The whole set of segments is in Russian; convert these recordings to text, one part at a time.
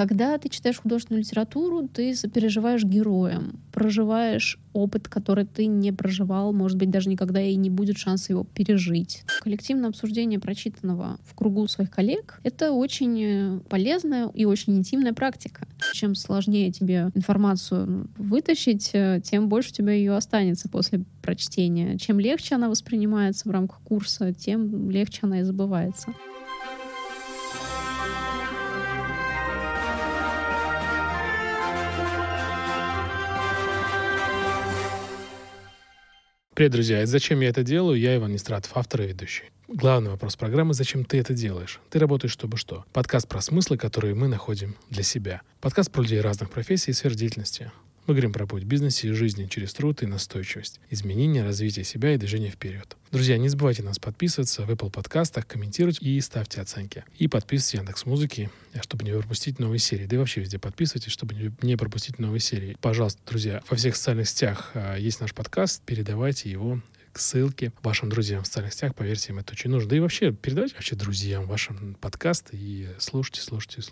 Когда ты читаешь художественную литературу, ты сопереживаешь героям, проживаешь опыт, который ты не проживал, может быть, даже никогда и не будет шанса его пережить. Коллективное обсуждение прочитанного в кругу своих коллег — это очень полезная и очень интимная практика. Чем сложнее тебе информацию вытащить, тем больше у тебя ее останется после прочтения. Чем легче она воспринимается в рамках курса, тем легче она и забывается. Привет, друзья! Это «Зачем я это делаю?» Я Иван Нестратов, автор и ведущий. Главный вопрос программы — зачем ты это делаешь? Ты работаешь, чтобы что? Подкаст про смыслы, которые мы находим для себя. Подкаст про людей разных профессий и сфер деятельности. Мы говорим про путь в бизнесе и жизни через труд и настойчивость, изменение, развитие себя и движение вперед. Друзья, не забывайте нас подписываться в Apple подкастах, комментировать и ставьте оценки. И подписывайтесь в Яндекс.Музыке, чтобы не пропустить новые серии. Да и вообще везде подписывайтесь, чтобы не пропустить новые серии. Пожалуйста, друзья, во всех социальных сетях есть наш подкаст, передавайте его к ссылке вашим друзьям в социальных сетях, поверьте, им это очень нужно. Да и вообще, передавайте вообще друзьям вашим подкаст и слушайте,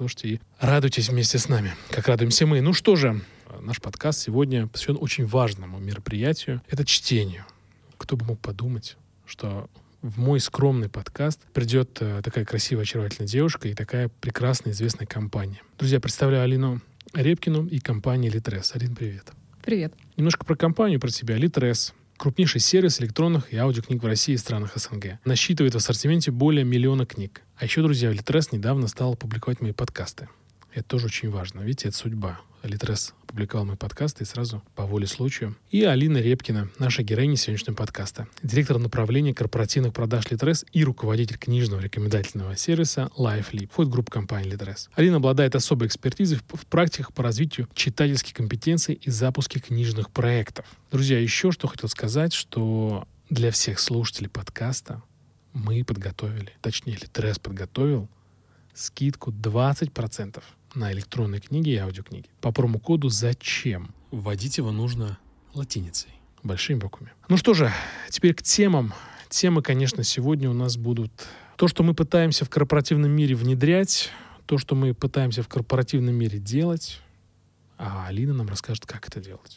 и радуйтесь вместе с нами, как радуемся мы. Ну что же, наш подкаст сегодня посвящен очень важному мероприятию. Это чтению. Кто бы мог подумать, что в мой скромный подкаст придет такая красивая, очаровательная девушка и такая прекрасная, известная компания. Друзья, представляю Алину Репкину и компанию Litres. Алин, привет. Привет. Немножко про компанию, про тебя. Litres — крупнейший сервис электронных и аудиокниг в России и странах СНГ. Насчитывает в ассортименте более 1 миллиона книг. А еще, друзья, Litres недавно стал публиковать мои подкасты. Это тоже очень важно. Видите, это судьба. Litres опубликовал мои подкасты и сразу по воле случая. И Алина Репкина, наша героиня сегодняшнего подкаста. Директор направления корпоративных продаж Litres и руководитель книжного рекомендательного сервиса LifeLib. Входит в группу компании Litres. Алина обладает особой экспертизой в практиках по развитию читательских компетенций и запуске книжных проектов. Друзья, еще что хотел сказать, что для всех слушателей подкаста мы подготовили, точнее, Litres подготовил скидку 20% на электронные книги и аудиокниги. По промокоду «Зачем?». Вводить его нужно латиницей, большими буквами. Ну что же, теперь к темам. Темы, конечно, сегодня у нас будут то, что мы пытаемся в корпоративном мире внедрять, то, что мы пытаемся в корпоративном мире делать, а Алина нам расскажет, как это делать.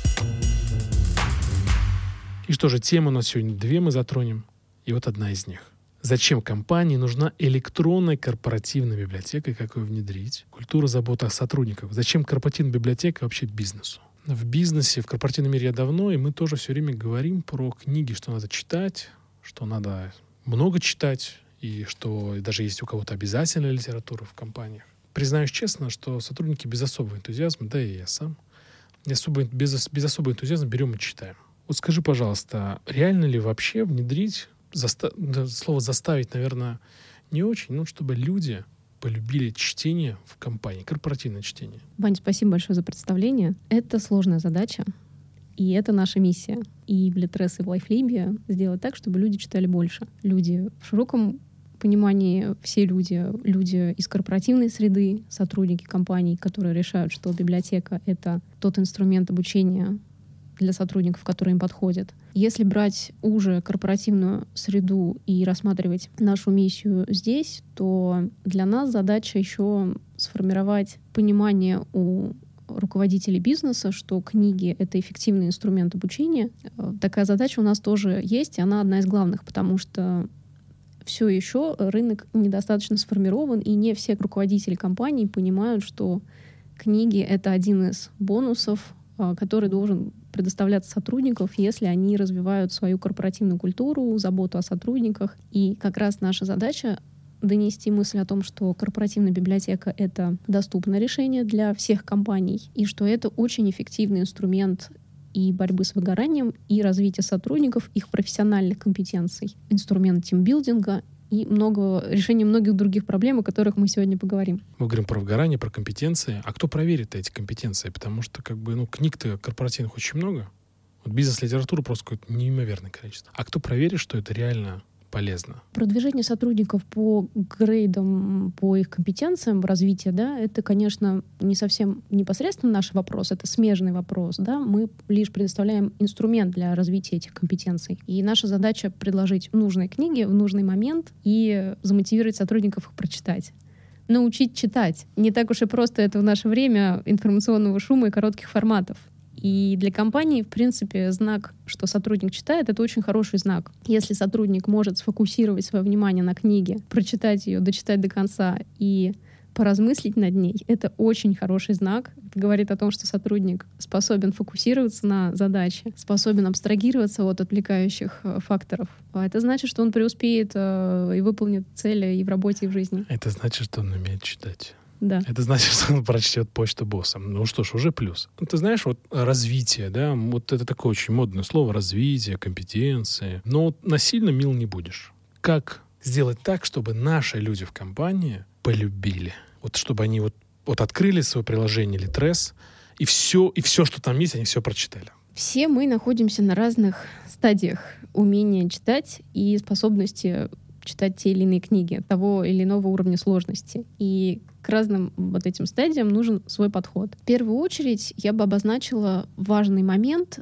И что же, темы у нас сегодня 2 мы затронем, и вот одна из них. Зачем компании нужна электронная корпоративная библиотека и как ее внедрить? Культура заботы о сотрудниках. Зачем корпоративная библиотека вообще бизнесу? В бизнесе, в корпоративном мире я давно, и мы тоже все время говорим про книги, что надо читать, что надо много читать, и что даже есть у кого-то обязательная литература в компаниях. Признаюсь честно, что сотрудники без особого энтузиазма, да и я сам, без особого энтузиазма берем и читаем. Вот скажи, пожалуйста, реально ли вообще внедрить слово «заставить», наверное, не очень, чтобы люди полюбили чтение в компании, корпоративное чтение? Вань, спасибо большое за представление. Это сложная задача, и это наша миссия. И в Litres, и в LifeLib сделать так, чтобы люди читали больше. Люди в широком понимании, все люди из корпоративной среды, сотрудники компаний, которые решают, что библиотека — это тот инструмент обучения для сотрудников, который им подходит. Если брать уже корпоративную среду и рассматривать нашу миссию здесь, то для нас задача еще сформировать понимание у руководителей бизнеса, что книги — это эффективный инструмент обучения. Такая задача у нас тоже есть, и она одна из главных, потому что все еще рынок недостаточно сформирован, и не все руководители компаний понимают, что книги — это один из бонусов, который должен предоставляться сотрудников, если они развивают свою корпоративную культуру, заботу о сотрудниках. И как раз наша задача — донести мысль о том, что корпоративная библиотека — это доступное решение для всех компаний, и что это очень эффективный инструмент и борьбы с выгоранием, и развития сотрудников, их профессиональных компетенций, инструмент тимбилдинга и решение многих других проблем, о которых мы сегодня поговорим. Мы говорим про выгорание, про компетенции. А кто проверит эти компетенции? Потому что книг-то корпоративных очень много. Вот бизнес-литературы просто какое-то неимоверное количество. А кто проверит, что это реально полезно? Продвижение сотрудников по грейдам, по их компетенциям развития, это, конечно, не совсем непосредственно наш вопрос, это смежный вопрос. Мы лишь предоставляем инструмент для развития этих компетенций. И наша задача — предложить нужные книги в нужный момент и замотивировать сотрудников их прочитать. научить читать. Не так уж и просто это в наше время информационного шума и коротких форматов. И для компании, в принципе, знак, что сотрудник читает, это очень хороший знак. Если сотрудник может сфокусировать свое внимание на книге, прочитать ее, дочитать до конца и поразмыслить над ней, это очень хороший знак. Это говорит о том, что сотрудник способен фокусироваться на задаче, способен абстрагироваться от отвлекающих факторов. А это значит, что он преуспеет и выполнит цели и в работе, и в жизни. Это значит, что он умеет читать. Да. Это значит, что он прочтет почту босса. Ну что ж, уже плюс. Ты знаешь, вот развитие, да, вот это такое очень модное слово, развитие, компетенции. Но вот насильно мил не будешь. Как сделать так, чтобы наши люди в компании полюбили? Вот чтобы они вот открыли свое приложение Litres, и все, что там есть, они все прочитали. Все мы находимся на разных стадиях умения читать и способности читать те или иные книги того или иного уровня сложности. И к разным вот этим стадиям нужен свой подход. В первую очередь я бы обозначила важный момент.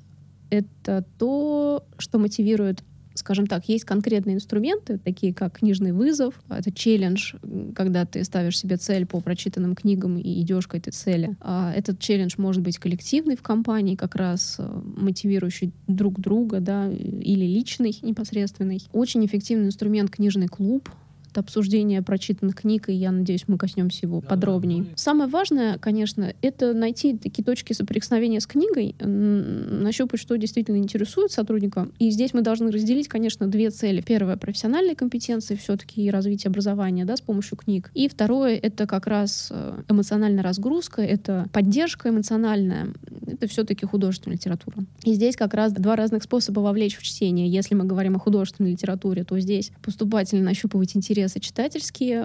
Это то, что мотивирует, скажем так, есть конкретные инструменты, такие как книжный вызов. Это челлендж, когда ты ставишь себе цель по прочитанным книгам и идешь к этой цели. Этот челлендж может быть коллективный в компании, как раз мотивирующий друг друга, да, или личный, непосредственный. Очень эффективный инструмент — книжный клуб. Это обсуждение прочитанных книг, и я надеюсь, мы коснемся его подробнее. Самое важное, конечно, это найти такие точки соприкосновения с книгой, нащупать, что действительно интересует сотрудника. И здесь мы должны разделить, конечно, две цели. Первое — профессиональные компетенции все-таки и развитие образования, да, с помощью книг. И второе — это как раз эмоциональная разгрузка, это поддержка эмоциональная. Это все-таки художественная литература. И здесь как раз два разных способа вовлечь в чтение. Если мы говорим о художественной литературе, то здесь поступательно нащупывать интересы читательские.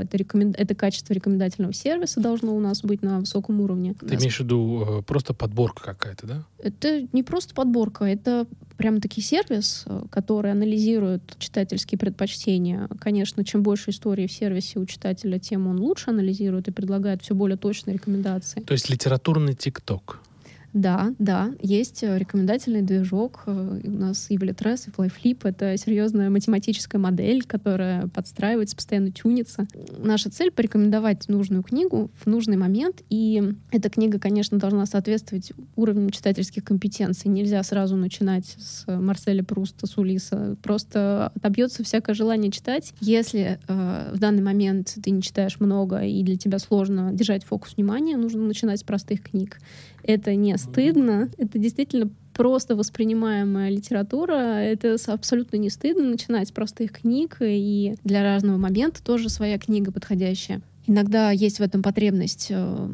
Это качество рекомендательного сервиса должно у нас быть на высоком уровне. Ты имеешь в виду просто подборка какая-то, да? Это не просто подборка, это прям-таки сервис, который анализирует читательские предпочтения. Конечно, чем больше истории в сервисе у читателя, тем он лучше анализирует и предлагает все более точные рекомендации. То есть литературный ТикТок. Да, есть рекомендательный движок у нас и в Litres, и в LifeLib. Это серьезная математическая модель, которая подстраивается, постоянно тюнится. Наша цель — порекомендовать нужную книгу в нужный момент, и эта книга, конечно, должна соответствовать уровню читательских компетенций. Нельзя сразу начинать с Марселя Пруста, с Улисса. Просто отобьется всякое желание читать. Если в данный момент ты не читаешь много и для тебя сложно держать фокус внимания, нужно начинать с простых книг. Это не стыдно, это действительно просто воспринимаемая литература. Это абсолютно не стыдно начинать с простых книг, и для разного момента тоже своя книга подходящая. Иногда есть в этом потребность,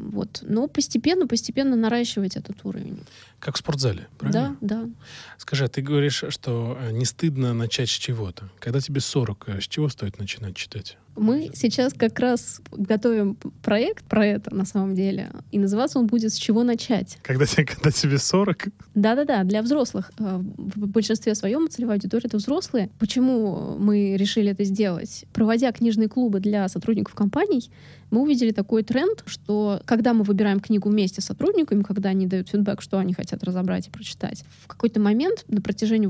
но постепенно наращивать этот уровень. Как в спортзале, правильно? Да. Скажи, а ты говоришь, что не стыдно начать с чего-то. Когда тебе 40, с чего стоит начинать читать? Мы сейчас как раз готовим проект про это, на самом деле, и называться он будет «С чего начать?». Когда тебе 40? Да, для взрослых. В большинстве своем целевая аудитория — это взрослые. Почему мы решили это сделать? Проводя книжные клубы для сотрудников компаний, мы увидели такой тренд, что когда мы выбираем книгу вместе с сотрудниками, когда они дают фидбэк, что они хотят разобрать и прочитать, в какой-то момент на протяжении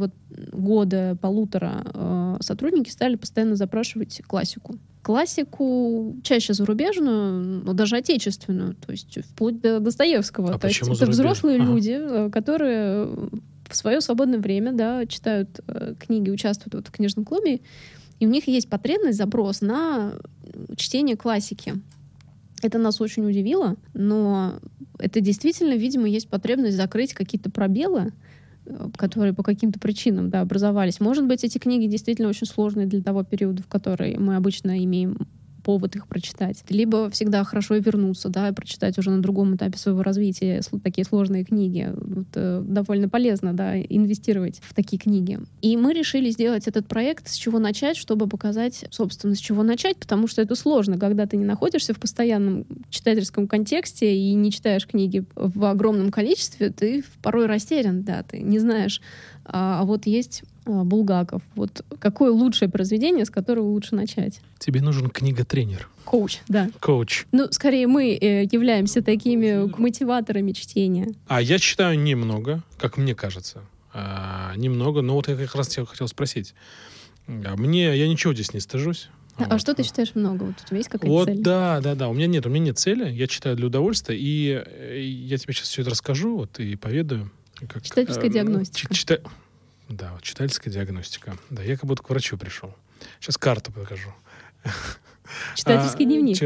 года-полутора сотрудники стали постоянно запрашивать классику. Классику чаще зарубежную, но даже отечественную, то есть вплоть до Достоевского. А то почему есть это взрослые зарубежную? люди, которые в свое свободное время, читают книги, участвуют в книжном клубе, и у них есть потребность, запрос на чтение классики. Это нас очень удивило, но это действительно, видимо, есть потребность закрыть какие-то пробелы, которые по каким-то причинам образовались. Может быть, эти книги действительно очень сложные для того периода, в который мы обычно имеем повод их прочитать. Либо всегда хорошо и вернуться, и прочитать уже на другом этапе своего развития такие сложные книги. Довольно полезно, инвестировать в такие книги. И мы решили сделать этот проект «С чего начать?», чтобы показать, собственно, с чего начать, потому что это сложно, когда ты не находишься в постоянном читательском контексте и не читаешь книги в огромном количестве, ты порой растерян, ты не знаешь. А вот есть Булгаков. Вот какое лучшее произведение, с которого лучше начать? Тебе нужен книга-тренер. Коуч, да. Коуч. Скорее, мы являемся такими мотиваторами чтения. Я читаю немного, как мне кажется. Немного, но вот я как раз тебя хотел спросить. Я ничего здесь не стыжусь. А что ты считаешь много? Вот у тебя есть какая-то цель? Да. У меня нет цели. Я читаю для удовольствия. И я тебе сейчас все это расскажу и поведаю. Читательская диагностика. Читательская диагностика. Да, я как будто к врачу пришел. Сейчас карту покажу. Читательский дневник.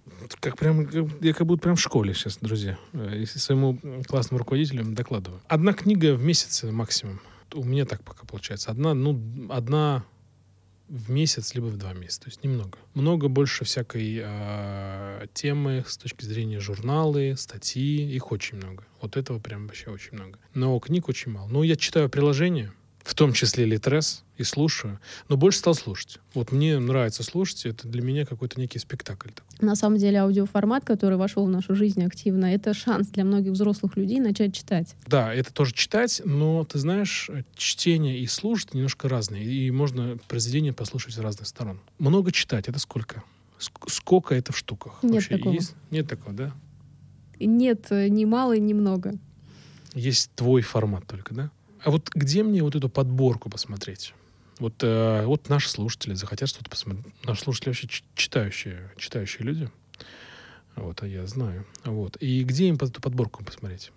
Я как будто прям в школе сейчас, друзья. Своему классному руководителю докладываю. Одна книга в месяц максимум. У меня так пока получается. Одна в месяц, либо в 2 месяца. То есть немного. Много больше всякой темы с точки зрения журналы, статьи. Их очень много. Вот этого прям вообще очень много. Но книг очень мало. Но я читаю приложения, в том числе Litres, и слушаю. Но больше стал слушать. Вот мне нравится слушать. Это для меня какой-то некий спектакль. На самом деле аудиоформат, который вошел в нашу жизнь активно, это шанс для многих взрослых людей начать читать. Да, это тоже читать, но, ты знаешь, чтение и слушать немножко разные. И можно произведение послушать с разных сторон. Много читать — это сколько? Сколько это в штуках? Нет вообще такого. Есть? Нет такого, да? Нет, ни мало, ни много. Есть твой формат только, да? А вот где мне вот эту подборку посмотреть? Вот наши слушатели захотят что-то посмотреть. Наши слушатели вообще читающие люди. А я знаю. И где им эту подборку посмотреть?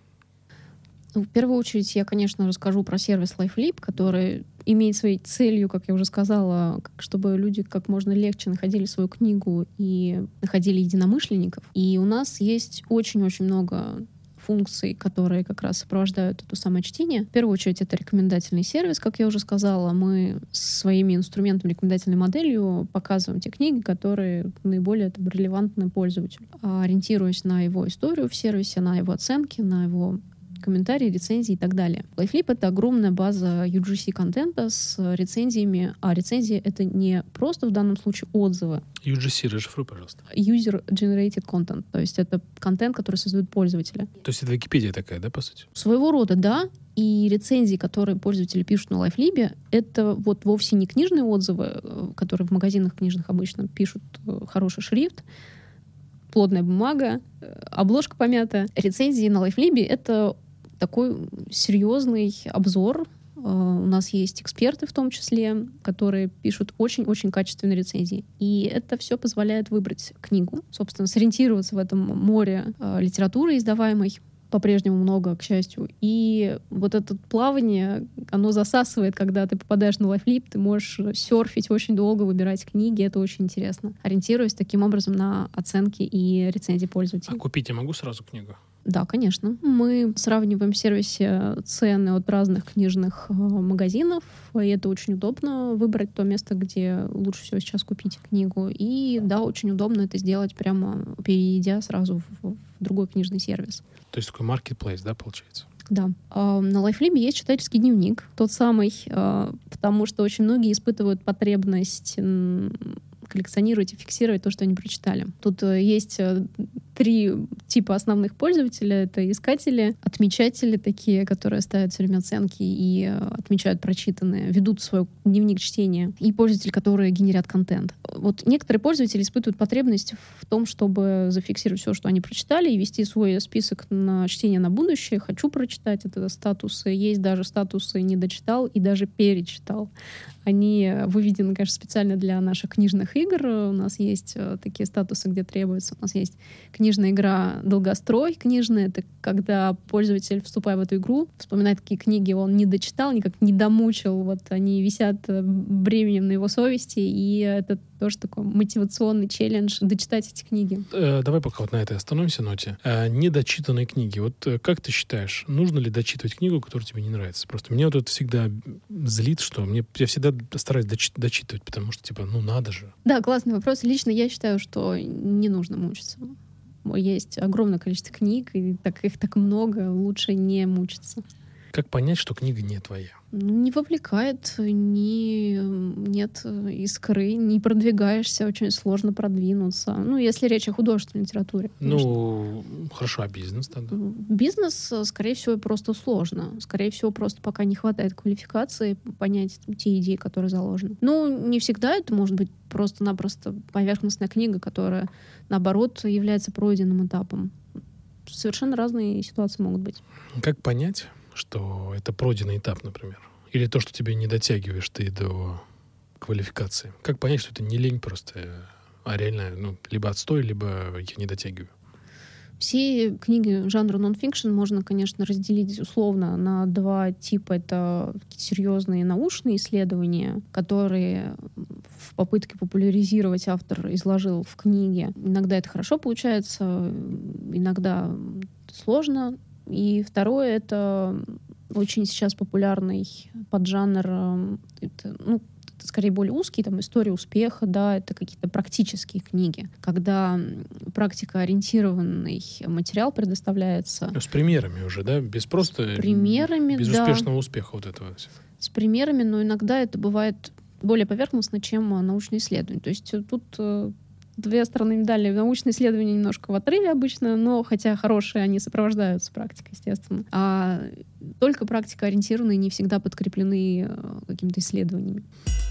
В первую очередь я, конечно, расскажу про сервис LifeLib, который имеет своей целью, как я уже сказала, чтобы люди как можно легче находили свою книгу и находили единомышленников. И у нас есть очень-очень много функций, которые как раз сопровождают это самое чтение. В первую очередь это рекомендательный сервис, как я уже сказала. Мы своими инструментами, рекомендательной моделью показываем те книги, которые наиболее релевантны пользователю, ориентируясь на его историю в сервисе, на его оценки, на его комментарии, рецензии и так далее. LifeLib — это огромная база UGC-контента с рецензиями, а рецензии — это не просто в данном случае отзывы. UGC, расшифруй, пожалуйста. User-generated content, то есть это контент, который создают пользователи. То есть это Википедия такая, да, по сути? Своего рода, да. И рецензии, которые пользователи пишут на LifeLib, это вовсе не книжные отзывы, которые в магазинах книжных обычно пишут хороший шрифт, плотная бумага, обложка помята. Рецензии на LifeLib — это такой серьезный обзор. У нас есть эксперты в том числе, которые пишут очень-очень качественные рецензии. И это все позволяет выбрать книгу, собственно, сориентироваться в этом море литературы издаваемой. По-прежнему много, к счастью. И вот это плавание, оно засасывает, когда ты попадаешь на LifeLib, ты можешь серфить очень долго, выбирать книги, это очень интересно. Ориентируясь таким образом на оценки и рецензии пользователей. А купить я могу сразу книгу? Да, конечно. Мы сравниваем в сервисе цены от разных книжных магазинов, и это очень удобно выбрать то место, где лучше всего сейчас купить книгу. И да, очень удобно это сделать прямо перейдя сразу в другой книжный сервис. То есть такой marketplace, да, получается? Да. На LifeLib есть читательский дневник, тот самый, потому что очень многие испытывают потребность коллекционировать и фиксировать то, что они прочитали. Тут есть 3 типа основных пользователей. Это искатели, отмечатели такие, которые ставят все время оценки и отмечают прочитанное, ведут свой дневник чтения, и пользователи, которые генерят контент. Вот некоторые пользователи испытывают потребность в том, чтобы зафиксировать все, что они прочитали, и вести свой список на чтение на будущее. Хочу прочитать, это статусы. Есть даже статусы «не дочитал» и даже «перечитал». Они выведены, конечно, специально для наших книжных игр. У нас есть такие статусы, где требуется. У нас есть книжная игра «Долгострой» книжная. Это когда пользователь, вступая в эту игру, вспоминает, какие книги он не дочитал, никак не домучил. Вот они висят бременем на его совести, и это тоже такой мотивационный челлендж дочитать эти книги. Давай пока на этой остановимся ноте. Недочитанные книги. Вот как ты считаешь, нужно ли дочитывать книгу, которая тебе не нравится? Просто меня вот это всегда злит, что я всегда стараюсь дочитывать, потому что, надо же. Да, классный вопрос. Лично я считаю, что не нужно мучиться. Есть огромное количество книг, и их так много, лучше не мучиться. Как понять, что книга не твоя? Не вовлекает, нет искры, не продвигаешься, очень сложно продвинуться. Если речь о художественной литературе. Конечно. Хорошо, а бизнес тогда? Бизнес, скорее всего, просто сложно. Скорее всего, просто пока не хватает квалификации понять те идеи, которые заложены. Не всегда это может быть просто-напросто поверхностная книга, которая, наоборот, является пройденным этапом. Совершенно разные ситуации могут быть. Как понять, что это пройденный этап, например? Или то, что тебе не дотягиваешь ты до квалификации? Как понять, что это не лень просто, а реально, либо отстой, либо я не дотягиваю? Все книги жанра нон-фикшн можно, конечно, разделить условно на два типа. Это серьезные научные исследования, которые в попытке популяризировать автор изложил в книге. Иногда это хорошо получается, иногда сложно. И второе — это очень сейчас популярный поджанр, это скорее более узкий, там, история успеха, да, это какие-то практические книги, когда практикоориентированный материал предоставляется. С примерами уже, да? Без просто... С примерами, без да. успешного успеха вот этого. С примерами, но иногда это бывает более поверхностно, чем научные исследования. То есть тут две стороны медали. Научные исследования немножко в отрыве обычно, но хотя хорошие, они сопровождаются практикой, естественно. А только практикоориентированные не всегда подкреплены какими-то исследованиями.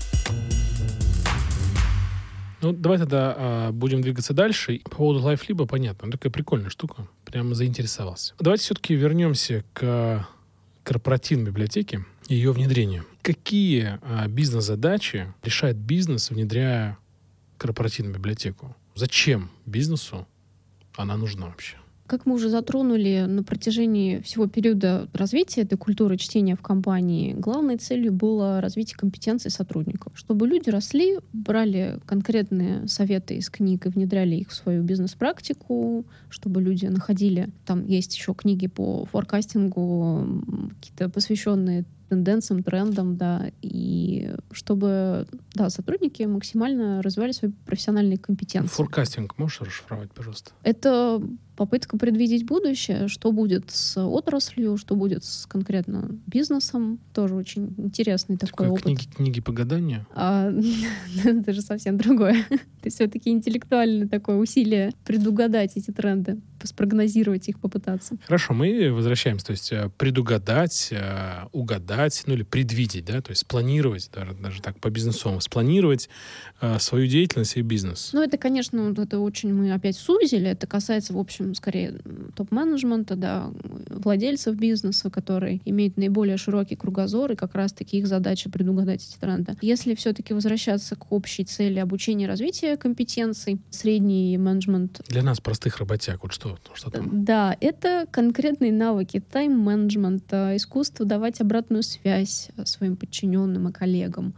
Давай тогда будем двигаться дальше. По поводу LifeLib понятно. Такая прикольная штука. Прямо заинтересовался. Давайте все-таки вернемся к корпоративной библиотеке и ее внедрению. Какие бизнес-задачи решает бизнес, внедряя корпоративную библиотеку? Зачем бизнесу она нужна вообще? Как мы уже затронули на протяжении всего периода развития этой культуры чтения в компании, главной целью было развитие компетенций сотрудников. Чтобы люди росли, брали конкретные советы из книг и внедряли их в свою бизнес-практику, чтобы люди находили... Там есть еще книги по форкастингу, какие-то посвященные тенденциям, трендам, да, и чтобы, да, сотрудники максимально развивали свои профессиональные компетенции. Форкастинг можешь расшифровать, пожалуйста? Это попытка предвидеть будущее, что будет с отраслью, что будет с конкретно бизнесом. Тоже очень интересный такой опыт. Книги по гаданию? Это же совсем другое. Это все-таки интеллектуальное такое усилие предугадать эти тренды, спрогнозировать их, попытаться. Хорошо, мы возвращаемся. То есть предугадать, угадать, или предвидеть, да, то есть спланировать, даже так по-бизнесовому, спланировать свою деятельность и бизнес. Это, конечно, это очень мы опять сузили. Это касается, в общем, скорее топ-менеджмента, да, владельцев бизнеса, которые имеют наиболее широкий кругозор, и как раз-таки их задача предугадать эти тренды. Если все-таки возвращаться к общей цели обучения и развития компетенций, средний менеджмент... Для нас, простых работяг, вот что там? Да, это конкретные навыки тайм-менеджмента, искусство давать обратную связь своим подчиненным и коллегам.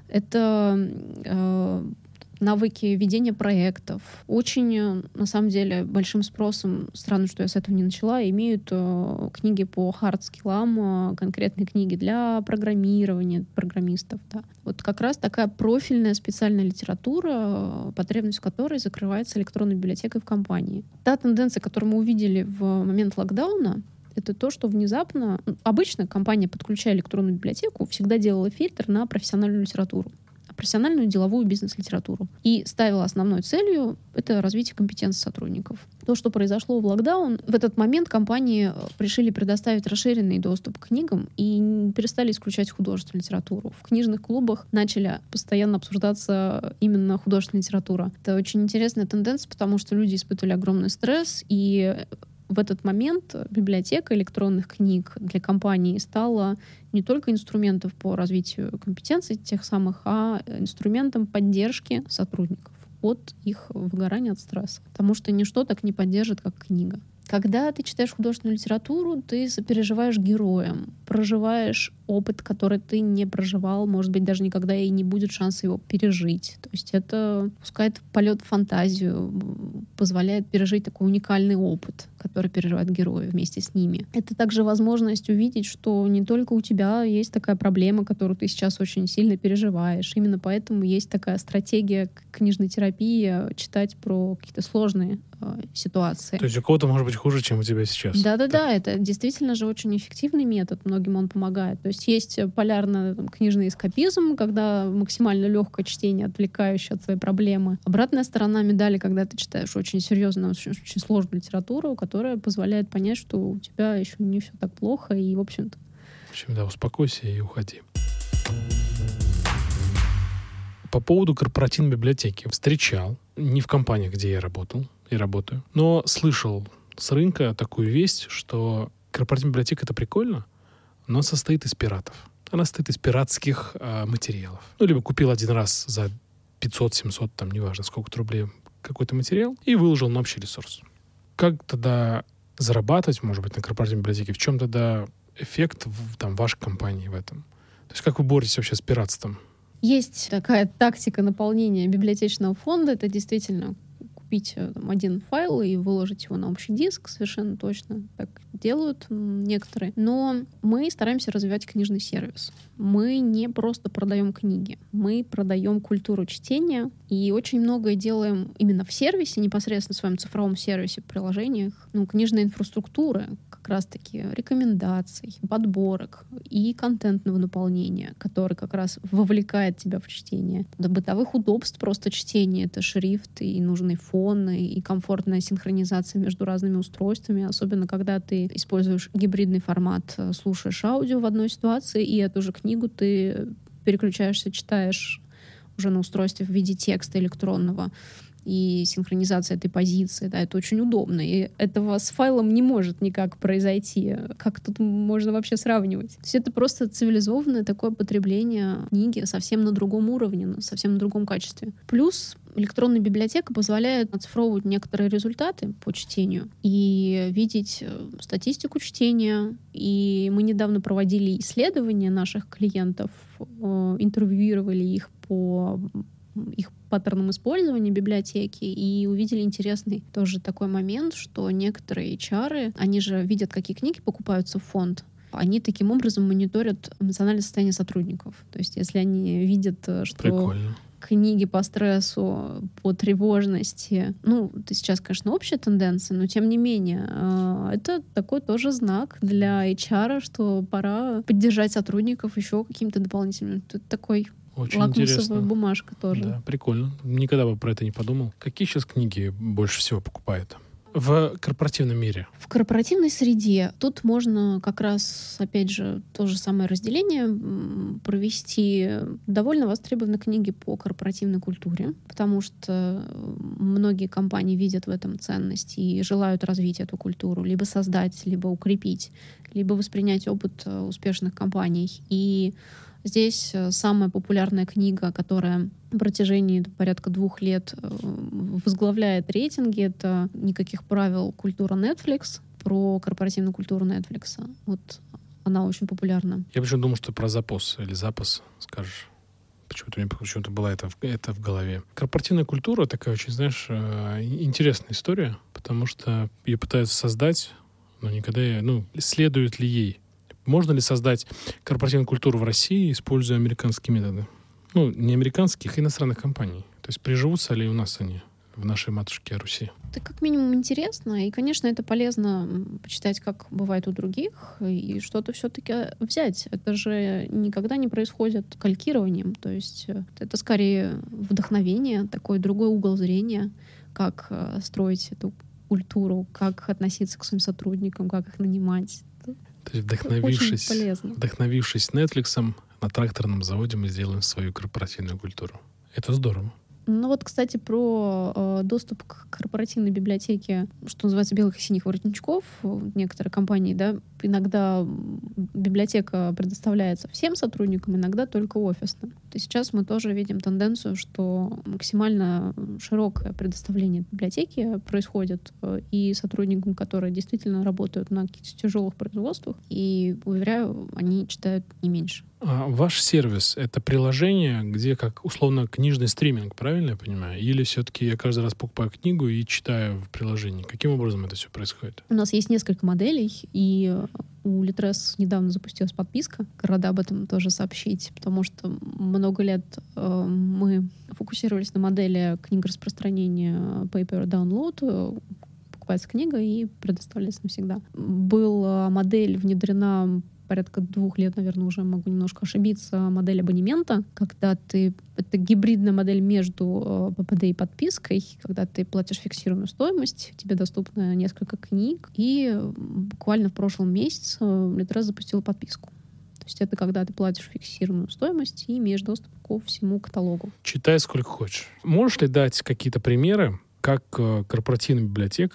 Это навыки ведения проектов. Очень, на самом деле, большим спросом, странно, что я с этого не начала, имеют книги по хард-скиллам, конкретные книги для программирования, программистов. Да. Вот как раз такая профильная специальная литература, потребность в которой закрывается электронной библиотекой в компании. Та тенденция, которую мы увидели в момент локдауна, это то, что внезапно... Обычно компания, подключая электронную библиотеку, всегда делала фильтр на профессиональную литературу, профессиональную деловую бизнес-литературу. И ставила основной целью это развитие компетенций сотрудников. То, что произошло в локдаун, в этот момент компании решили предоставить расширенный доступ к книгам и перестали исключать художественную литературу. В книжных клубах начали постоянно обсуждаться именно художественная литература. Это очень интересная тенденция, потому что люди испытывали огромный стресс, и в этот момент библиотека электронных книг для компании стала не только инструментом по развитию компетенций тех самых, а инструментом поддержки сотрудников от их выгорания от стресса. Потому что ничто так не поддержит, как книга. Когда ты читаешь художественную литературу, ты сопереживаешь героям, проживаешь опыт, который ты не проживал, может быть, даже никогда и не будет шанса его пережить. То есть это пускает полет в фантазию, позволяет пережить такой уникальный опыт, который переживают герои вместе с ними. Это также возможность увидеть, что не только у тебя есть такая проблема, которую ты сейчас очень сильно переживаешь. Именно поэтому есть такая стратегия книжной терапии, читать про какие-то сложные ситуации. То есть у кого-то может быть хуже, чем у тебя сейчас. Да, это действительно же очень эффективный метод, многим он помогает. То есть есть полярно-книжный эскапизм, когда максимально легкое чтение, отвлекающее от своей проблемы. Обратная сторона медали, когда ты читаешь очень серьезную, очень сложную литературу, которая позволяет понять, что у тебя еще не все так плохо, и, в общем-то... В общем, да, успокойся и уходи. По поводу корпоративной библиотеки. Встречал, не в компаниях, где я работал и работаю, но слышал с рынка такую весть, что корпоративная библиотека — это прикольно, но состоит из пиратов. Она состоит из пиратских материалов. Ну, либо купил один раз за 500-700, там, неважно, сколько рублей какой-то материал, и выложил на общий ресурс. Как тогда зарабатывать, может быть, на корпоративной библиотеке? В чем тогда эффект там, вашей компании в этом? То есть как вы боретесь вообще с пиратством? Есть такая тактика наполнения библиотечного фонда. Это действительно купить один файл и выложить его на общий диск. Совершенно точно так делают некоторые. Но мы стараемся развивать книжный сервис. Мы не просто продаем книги. Мы продаем культуру чтения. И очень многое делаем именно в сервисе, непосредственно в своем цифровом сервисе, в приложениях. Книжная инфраструктура, как раз-таки рекомендаций, подборок и контентного наполнения, который как раз вовлекает тебя в чтение. До бытовых удобств просто чтения. Это шрифт и нужный фон, и комфортная синхронизация между разными устройствами, особенно когда ты используешь гибридный формат, слушаешь аудио в одной ситуации, и эту же книгу ты переключаешься, читаешь уже на устройстве в виде текста электронного. И синхронизация этой позиции, да, это очень удобно. И этого с файлом не может никак произойти. Как тут можно вообще сравнивать? То есть это просто цивилизованное такое потребление книги совсем на другом уровне, совсем на другом качестве. Плюс электронная библиотека позволяет оцифровывать некоторые результаты по чтению и видеть статистику чтения. И мы недавно проводили исследования наших клиентов, интервьюировали их по их паттернам использования библиотеки и увидели интересный тоже такой момент, что некоторые HR, они же видят, какие книги покупаются в фонд, они таким образом мониторят эмоциональное состояние сотрудников. То есть если они видят, что Прикольно. книги по стрессу, по тревожности, это сейчас, конечно, общая тенденция, но тем не менее, это такой тоже знак для HR, что пора поддержать сотрудников еще каким-то дополнительным. Это такой очень лакмусовая интересно. бумажка тоже. Да, прикольно. Никогда бы про это не подумал. Какие сейчас книги больше всего покупают в корпоративном мире? В корпоративной среде тут можно как раз, опять же, то же самое разделение провести. Довольно востребованы книги по корпоративной культуре, потому что многие компании видят в этом ценность и желают развить эту культуру, либо создать, либо укрепить, либо воспринять опыт успешных компаний. И здесь самая популярная книга, которая на протяжении порядка 2 лет возглавляет рейтинги, это «Никаких правил. Культура Netflix», про корпоративную культуру Netflix. Вот она очень популярна. Я почему-то думал, что про запас или запас скажешь. Почему-то была это в голове. Корпоративная культура такая очень, знаешь, интересная история, потому что ее пытаются создать, но никогда, следует ли ей? Можно ли создать корпоративную культуру в России, используя американские методы? Не американских, а иностранных компаний. То есть приживутся ли у нас они в нашей матушке Руси? Это как минимум интересно, и, конечно, это полезно почитать, как бывает у других, и что-то все-таки взять. Это же никогда не происходит калькированием, то есть это скорее вдохновение, такой другой угол зрения, как строить эту культуру, как относиться к своим сотрудникам, как их нанимать. То есть вдохновившись Netflix'ом, на тракторном заводе мы сделаем свою корпоративную культуру. Это здорово. Кстати, про доступ к корпоративной библиотеке, что называется, белых и синих воротничков, некоторые компании, да, иногда библиотека предоставляется всем сотрудникам, иногда только офисным. То есть сейчас мы тоже видим тенденцию, что максимально широкое предоставление библиотеки происходит и сотрудникам, которые действительно работают на каких-то тяжелых производствах, и, уверяю, они читают не меньше. Ваш сервис — это приложение, где как условно книжный стриминг, правильно я понимаю? Или все-таки я каждый раз покупаю книгу и читаю в приложении? Каким образом это все происходит? У нас есть несколько моделей, и у Litres недавно запустилась подписка. Рада об этом тоже сообщить, потому что много лет мы фокусировались на модели книгораспространения Paper Download. Покупается книга и предоставляется навсегда. Была модель внедрена порядка 2 лет, наверное, уже могу немножко ошибиться, модель абонемента, когда это гибридная модель между ППД и подпиской, когда ты платишь фиксированную стоимость, тебе доступно несколько книг, и буквально в прошлом месяце Litres запустила подписку. То есть это когда ты платишь фиксированную стоимость и имеешь доступ ко всему каталогу. Читай сколько хочешь. Можешь ли дать какие-то примеры, как корпоративная библиотека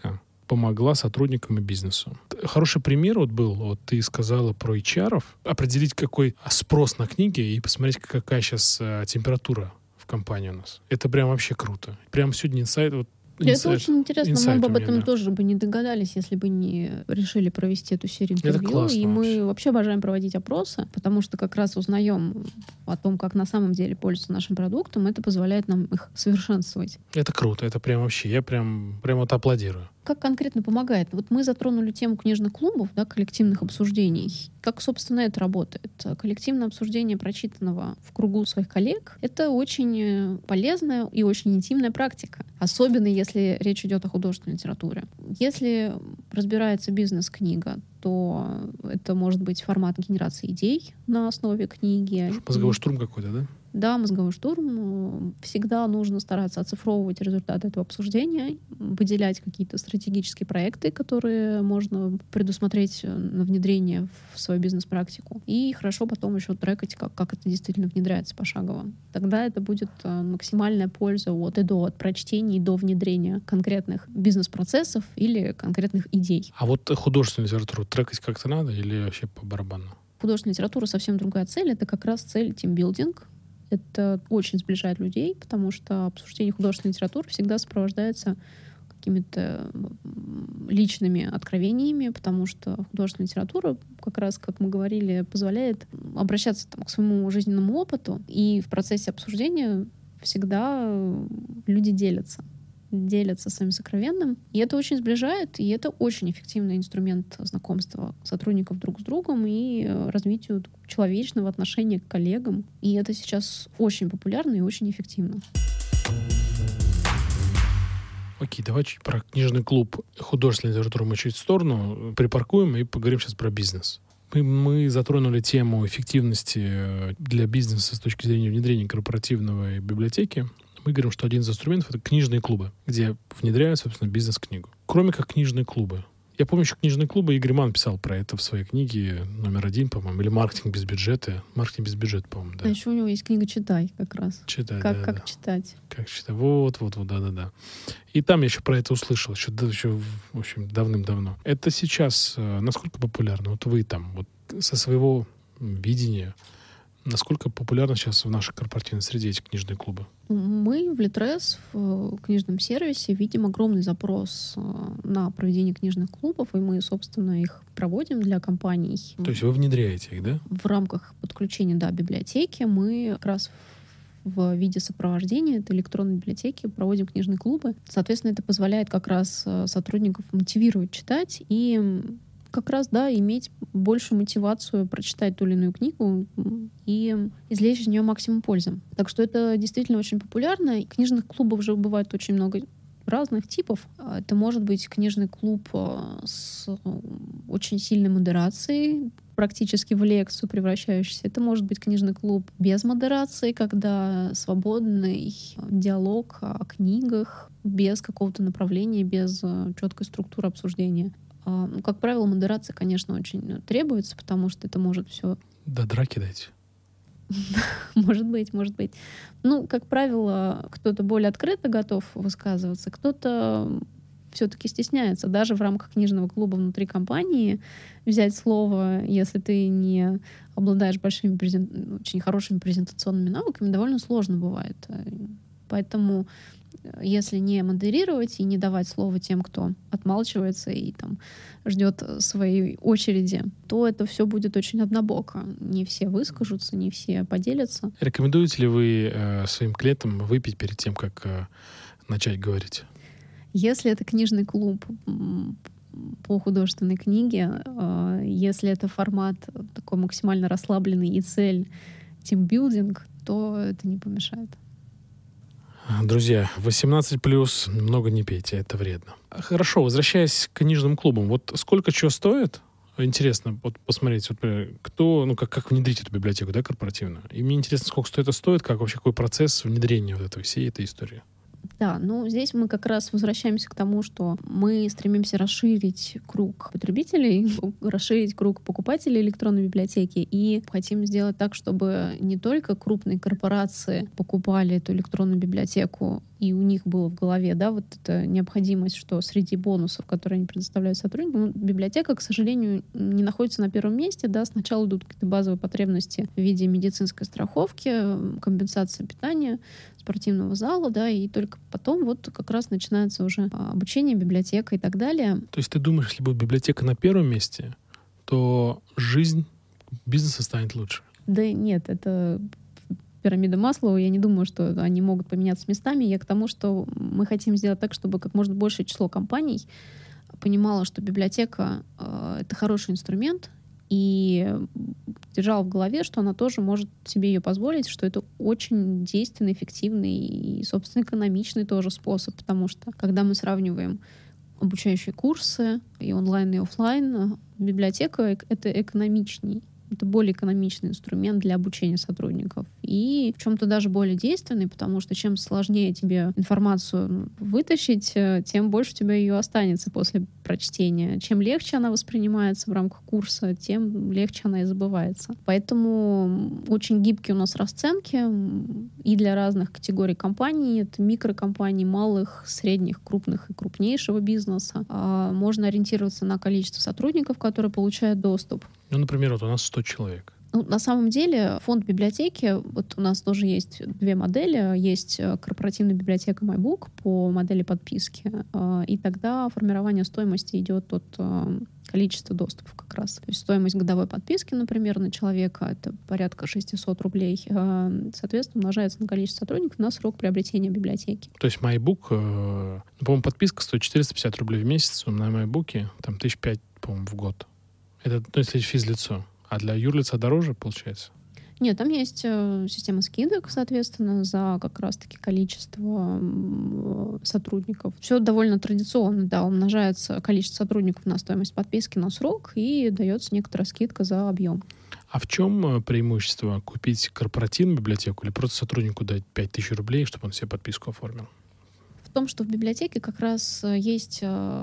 помогла сотрудникам и бизнесу. Хороший пример был, ты сказала про HR, определить, какой спрос на книги и посмотреть, какая сейчас температура в компании у нас. Это прям вообще круто. Прям сегодня инсайт. Это очень интересно. Мы бы об этом тоже бы не догадались, если бы не решили провести эту серию интервью. Это классно, и мы вообще обожаем проводить опросы, потому что как раз узнаем о том, как на самом деле пользоваться нашим продуктом. Это позволяет нам их совершенствовать. Это круто. Это прям вообще. Я прям аплодирую. Как конкретно помогает? Вот мы затронули тему книжных клубов, коллективных обсуждений. Как, собственно, это работает? Коллективное обсуждение прочитанного в кругу своих коллег — это очень полезная и очень интимная практика. Особенно, если речь идет о художественной литературе. Если разбирается бизнес-книга, то это может быть формат генерации идей на основе книги. Мозговой штурм какой-то, да? Да, мозговой штурм. Всегда нужно стараться оцифровывать результаты этого обсуждения, выделять какие-то стратегические проекты, которые можно предусмотреть на внедрение в свою бизнес-практику. И хорошо потом еще трекать, как это действительно внедряется пошагово. Тогда это будет максимальная польза от и до, от прочтения до внедрения конкретных бизнес-процессов или конкретных идей. А вот художественную литературу трекать как-то надо или вообще по барабану? Художественная литература совсем другая цель. Это как раз цель тимбилдинг. Это очень сближает людей, потому что обсуждение художественной литературы всегда сопровождается какими-то личными откровениями, потому что художественная литература, как раз, как мы говорили, позволяет обращаться к своему жизненному опыту, и в процессе обсуждения всегда люди делятся своим сокровенным. И это очень сближает, и это очень эффективный инструмент знакомства сотрудников друг с другом и развитию человечного отношения к коллегам. И это сейчас очень популярно и очень эффективно. Окей, давай чуть про книжный клуб. Художественную литературу мы чуть в сторону припаркуем и поговорим сейчас про бизнес. Мы затронули тему эффективности для бизнеса с точки зрения внедрения корпоративной библиотеки. Мы говорим, что один из инструментов — это книжные клубы, где внедряют, собственно, бизнес-книгу. Кроме как книжные клубы. Я помню, еще книжные клубы, Игорь Манн писал про это в своей книге номер 1, по-моему, или «Маркетинг без бюджета». «Маркетинг без бюджета», по-моему, да. А еще у него есть книга «Читай» как раз. «Читай», как читать. Как читать. Вот, да. И там я еще про это услышал, еще в общем, давным-давно. Это сейчас насколько популярно? Вот вы там, вот со своего видения, насколько популярны сейчас в нашей корпоративной среде эти книжные клубы? Мы в Litres, в книжном сервисе, видим огромный запрос на проведение книжных клубов, и мы, собственно, их проводим для компаний. То есть вы внедряете их, да? В рамках подключения, библиотеки мы как раз в виде сопровождения этой электронной библиотеки проводим книжные клубы. Соответственно, это позволяет как раз сотрудников мотивировать читать и как раз, иметь большую мотивацию прочитать ту или иную книгу и извлечь из нее максимум пользы. Так что это действительно очень популярно. И книжных клубов уже бывает очень много разных типов. Это может быть книжный клуб с очень сильной модерацией, практически в лекцию превращающийся. Это может быть книжный клуб без модерации, когда свободный диалог о книгах, без какого-то направления, без четкой структуры обсуждения. Как правило, модерация, конечно, очень требуется, потому что это может все... До драки дойти. Может быть. Как правило, кто-то более открыто готов высказываться, кто-то все-таки стесняется. Даже в рамках книжного клуба внутри компании взять слово, если ты не обладаешь очень хорошими презентационными навыками, довольно сложно бывает. Поэтому если не модерировать и не давать слово тем, кто отмалчивается и ждет своей очереди, то это все будет очень однобоко. Не все выскажутся, не все поделятся. Рекомендуете ли вы своим клиентам выпить перед тем, как начать говорить? Если это книжный клуб по художественной книге, если это формат такой максимально расслабленный и цель тимбилдинг, то это не помешает. Друзья, 18+, много не пейте, это вредно. Хорошо, возвращаясь к книжным клубам, вот сколько чего стоит? Интересно посмотреть, кто, как внедрить эту библиотеку, корпоративную. И мне интересно, сколько это стоит, как вообще какой процесс внедрения всей этой истории. Да, ну здесь мы как раз возвращаемся к тому, что мы стремимся расширить круг потребителей, расширить круг покупателей электронной библиотеки и хотим сделать так, чтобы не только крупные корпорации покупали эту электронную библиотеку, и у них было в голове, да, вот эта необходимость, что среди бонусов, которые они предоставляют сотрудникам, библиотека, к сожалению, не находится на первом месте, да, сначала идут какие-то базовые потребности в виде медицинской страховки, компенсации питания, спортивного зала, да, и только потом вот как раз начинается уже обучение, библиотека и так далее. То есть ты думаешь, если будет библиотека на первом месте, то жизнь бизнеса станет лучше? Да нет, это пирамида Маслоу. Я не думаю, что они могут поменяться местами. Я к тому, что мы хотим сделать так, чтобы как можно большее число компаний понимало, что библиотека — это хороший инструмент, и держала в голове, что она тоже может себе ее позволить, что это очень действенный, эффективный и, собственно, экономичный тоже способ, потому что, когда мы сравниваем обучающие курсы и онлайн, и офлайн, библиотека — это экономичней. Это более экономичный инструмент для обучения сотрудников. И в чем-то даже более действенный, потому что чем сложнее тебе информацию вытащить, тем больше у тебя ее останется после прочтения. Чем легче она воспринимается в рамках курса, тем легче она и забывается. Поэтому очень гибкие у нас расценки и для разных категорий компаний. Это микрокомпаний, малых, средних, крупных и крупнейшего бизнеса. Можно ориентироваться на количество сотрудников, которые получают доступ. Ну, например, вот у нас 100 человек. Ну, на самом деле, фонд библиотеки, вот у нас тоже есть две модели. Есть корпоративная библиотека MyBook по модели подписки, и тогда формирование стоимости идет от количества доступов как раз. То есть стоимость годовой подписки, например, на человека — это порядка 600 рублей. Соответственно, умножается на количество сотрудников на срок приобретения библиотеки. То есть MyBook, по-моему, подписка стоит 450 рублей в месяц, на MyBook там 1500, по-моему, в год. Это, ну, если физлицо. А для юрлица дороже, получается? Нет, там есть система скидок, соответственно, за как раз-таки количество сотрудников. Все довольно традиционно, да, умножается количество сотрудников на стоимость подписки на срок и дается некоторая скидка за объем. А в чем преимущество купить корпоративную библиотеку или просто сотруднику дать 5000 рублей, чтобы он себе подписку оформил? В том, что в библиотеке как раз есть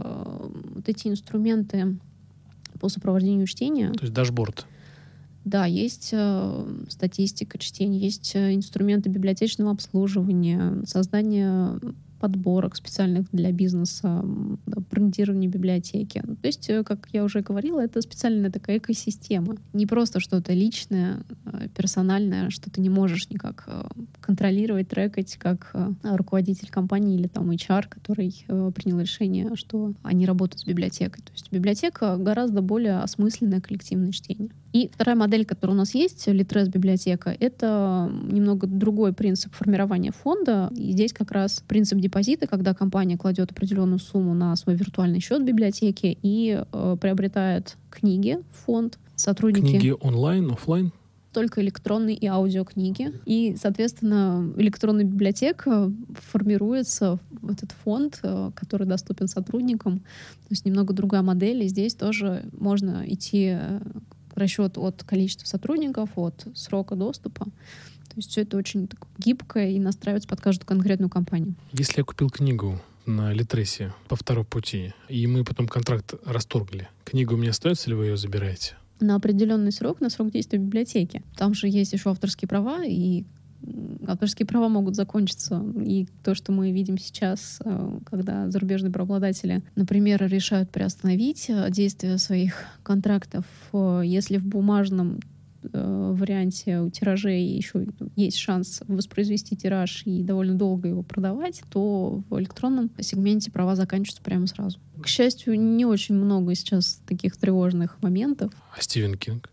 вот эти инструменты по сопровождению чтения. То есть дашборд. Да, есть статистика чтения, есть инструменты библиотечного обслуживания, создание подборок специальных для бизнеса, брендирование библиотеки. То есть, как я уже говорила, это специальная такая экосистема. Не просто что-то личное, персональное, что ты не можешь никак контролировать, трекать, как руководитель компании или там HR, который принял решение, что они работают с библиотекой. То есть библиотека гораздо более осмысленное коллективное чтение. И вторая модель, которая у нас есть, Litres библиотека, это немного другой принцип формирования фонда. И здесь как раз принцип депозита, когда компания кладет определенную сумму на свой виртуальный счет библиотеки и приобретает книги в фонд. Сотрудники... Книги онлайн, офлайн? Только электронные и аудиокниги. И, соответственно, электронная библиотека формируется в этот фонд, который доступен сотрудникам. То есть немного другая модель. И здесь тоже можно идти расчет от количества сотрудников, от срока доступа. То есть все это очень гибко и настраивается под каждую конкретную компанию. Если я купил книгу на Литресе по второму пути, и мы потом контракт расторгли, книга у меня остается или вы ее забираете? На определенный срок, на срок действия библиотеки. Там же есть еще авторские права, и авторские права могут закончиться. И то, что мы видим сейчас, когда зарубежные правообладатели, например, решают приостановить действие своих контрактов, если в бумажном варианте у тиражей еще есть шанс воспроизвести тираж и довольно долго его продавать, то в электронном сегменте права заканчиваются прямо сразу. К счастью, не очень много сейчас таких тревожных моментов. А Стивен Кинг?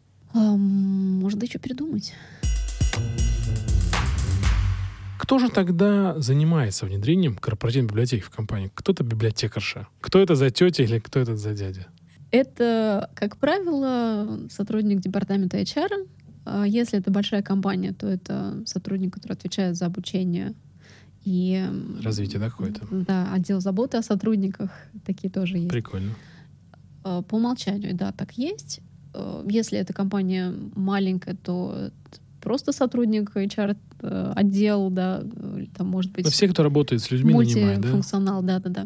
Можно еще передумать. Кто же тогда занимается внедрением корпоративной библиотеки в компании? Кто-то библиотекарша. Кто это за тетя или кто это за дядя? Это, как правило, сотрудник департамента HR. Если это большая компания, то это сотрудник, который отвечает за обучение и... Развитие, да, какое-то? Да, отдел заботы о сотрудниках. Такие тоже есть. Прикольно. По умолчанию, да, так есть. Если эта компания маленькая, то просто сотрудник HR отдел, да, там может быть... Но все, кто работает с людьми, нанимают, да? Мультифункционал, да-да-да.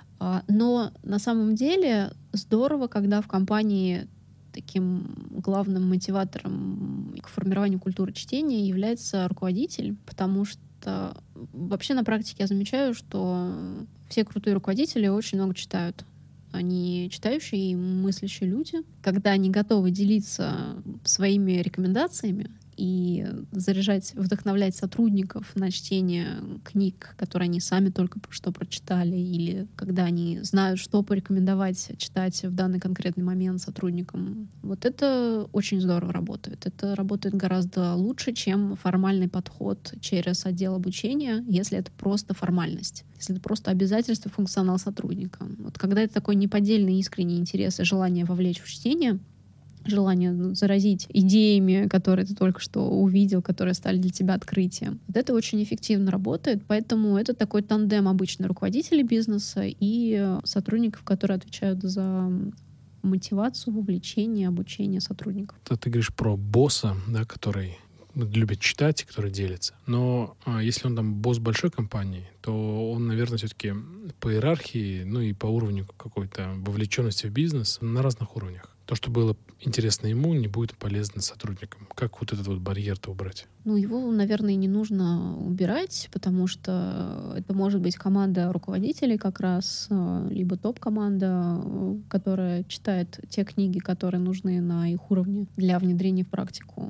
Но на самом деле здорово, когда в компании таким главным мотиватором к формированию культуры чтения является руководитель, потому что вообще на практике я замечаю, что все крутые руководители очень много читают. Они читающие и мыслящие люди. Когда они готовы делиться своими рекомендациями и заряжать, вдохновлять сотрудников на чтение книг, которые они сами только что прочитали, или когда они знают, что порекомендовать читать в данный конкретный момент сотрудникам. Вот это очень здорово работает. Это работает гораздо лучше, чем формальный подход через отдел обучения, если это просто формальность, если это просто обязательство, функционал сотрудника. Вот когда это такой неподдельный искренний интерес и желание вовлечь в чтение, желание заразить идеями, которые ты только что увидел, которые стали для тебя открытием. Вот это очень эффективно работает, поэтому это такой тандем обычно руководителей бизнеса и сотрудников, которые отвечают за мотивацию, вовлечение, обучение сотрудников. Ты говоришь про босса, да, который любит читать и который делится. Но если он там босс большой компании, то он, наверное, все-таки по иерархии, ну и по уровню какой-то вовлеченности в бизнес на разных уровнях. То, что было интересно ему, не будет полезно сотрудникам. Как вот этот вот барьер-то убрать? Ну, его, наверное, не нужно убирать, потому что это может быть команда руководителей как раз, либо топ-команда, которая читает те книги, которые нужны на их уровне для внедрения в практику.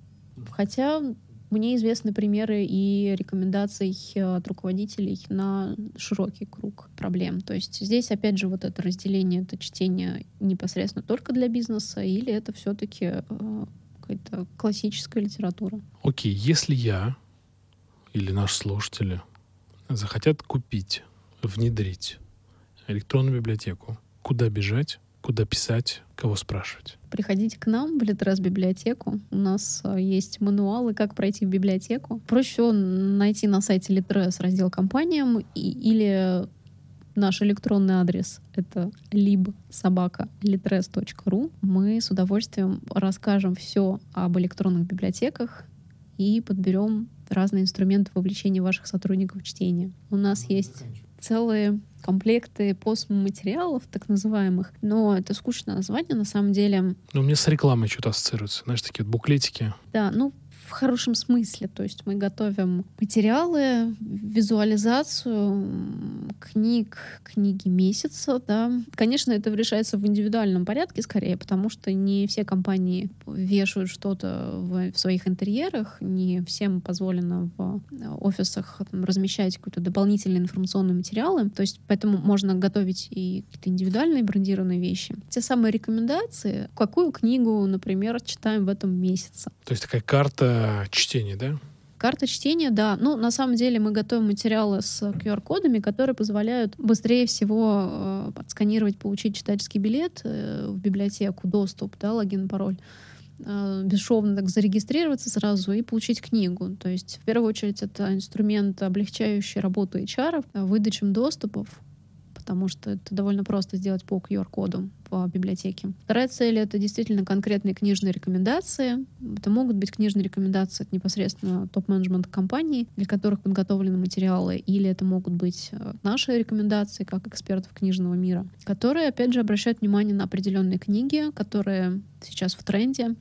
Хотя мне известны примеры и рекомендаций от руководителей на широкий круг проблем. То есть здесь, опять же, вот это разделение, это чтение непосредственно только для бизнеса, или это все-таки какая-то классическая литература. Окей, если я или наши слушатели захотят купить, внедрить электронную библиотеку, куда бежать, куда писать, кого спрашивать? Приходите к нам в Литрес-библиотеку. У нас есть мануалы, как пройти в библиотеку. Проще всего найти на сайте Литрес раздел «Компаниям» или наш электронный адрес. Это lib@litres.ru. Мы с удовольствием расскажем все об электронных библиотеках и подберем разные инструменты вовлечения ваших сотрудников в чтение. У нас есть целые комплекты постматериалов, так называемых, но это скучное название, на самом деле. Ну, мне с рекламой что-то ассоциируется. Знаешь, такие вот буклетики. Да, ну, в хорошем смысле. То есть мы готовим материалы, визуализацию книги месяца, да. Конечно, это решается в индивидуальном порядке скорее, потому что не все компании вешают что-то в своих интерьерах, не всем позволено в офисах размещать какие-то дополнительные информационные материалы. То есть поэтому можно готовить и какие-то индивидуальные брендированные вещи. Те самые рекомендации, какую книгу, например, читаем в этом месяце. То есть такая карта чтения, да? Карта чтения, да. Ну, на самом деле мы готовим материалы с QR-кодами, которые позволяют быстрее всего отсканировать, получить читательский билет в библиотеку, доступ, да, логин, пароль, бесшовно так зарегистрироваться сразу и получить книгу. То есть, в первую очередь, это инструмент, облегчающий работу HR, выдачам доступов, потому что это довольно просто сделать по QR-коду в библиотеке. Вторая цель — это действительно конкретные книжные рекомендации. Это могут быть книжные рекомендации от непосредственно топ-менеджмента компании, для которых подготовлены материалы, или это могут быть наши рекомендации как экспертов книжного мира, которые, опять же, обращают внимание на определенные книги, которые сейчас в тренде,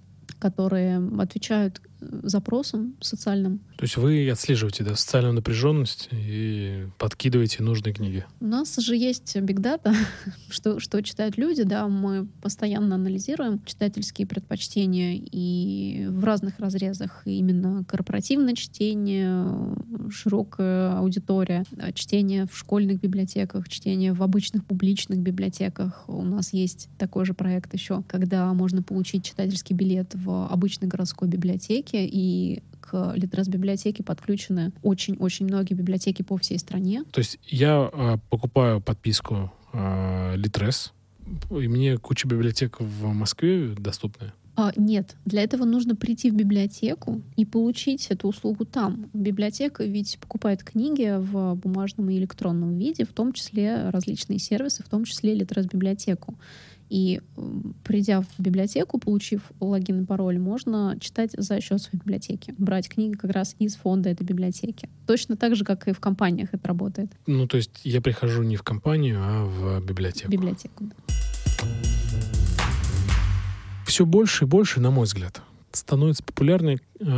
которые отвечают запросам социальным. То есть вы отслеживаете, да, социальную напряженность и подкидываете нужные книги? У нас же есть Big Data, что читают люди, да, мы постоянно анализируем читательские предпочтения и в разных разрезах. И именно корпоративное чтение, широкая аудитория, чтение в школьных библиотеках, чтение в обычных публичных библиотеках. У нас есть такой же проект еще, когда можно получить читательский билет в обычной городской библиотеке, и к Литрес-библиотеке подключены очень-очень многие библиотеки по всей стране. То есть я покупаю подписку Литрес, и мне куча библиотек в Москве доступны? Нет, для этого нужно прийти в библиотеку и получить эту услугу там. Библиотека ведь покупает книги в бумажном и электронном виде, в том числе различные сервисы, в том числе Литрес-библиотеку. И придя в библиотеку, получив логин и пароль, можно читать за счет своей библиотеки. Брать книги как раз из фонда этой библиотеки. Точно так же, как и в компаниях это работает. Ну, то есть я прихожу не в компанию, а в библиотеку. В библиотеку, да. Все больше и больше, на мой взгляд, становятся популярны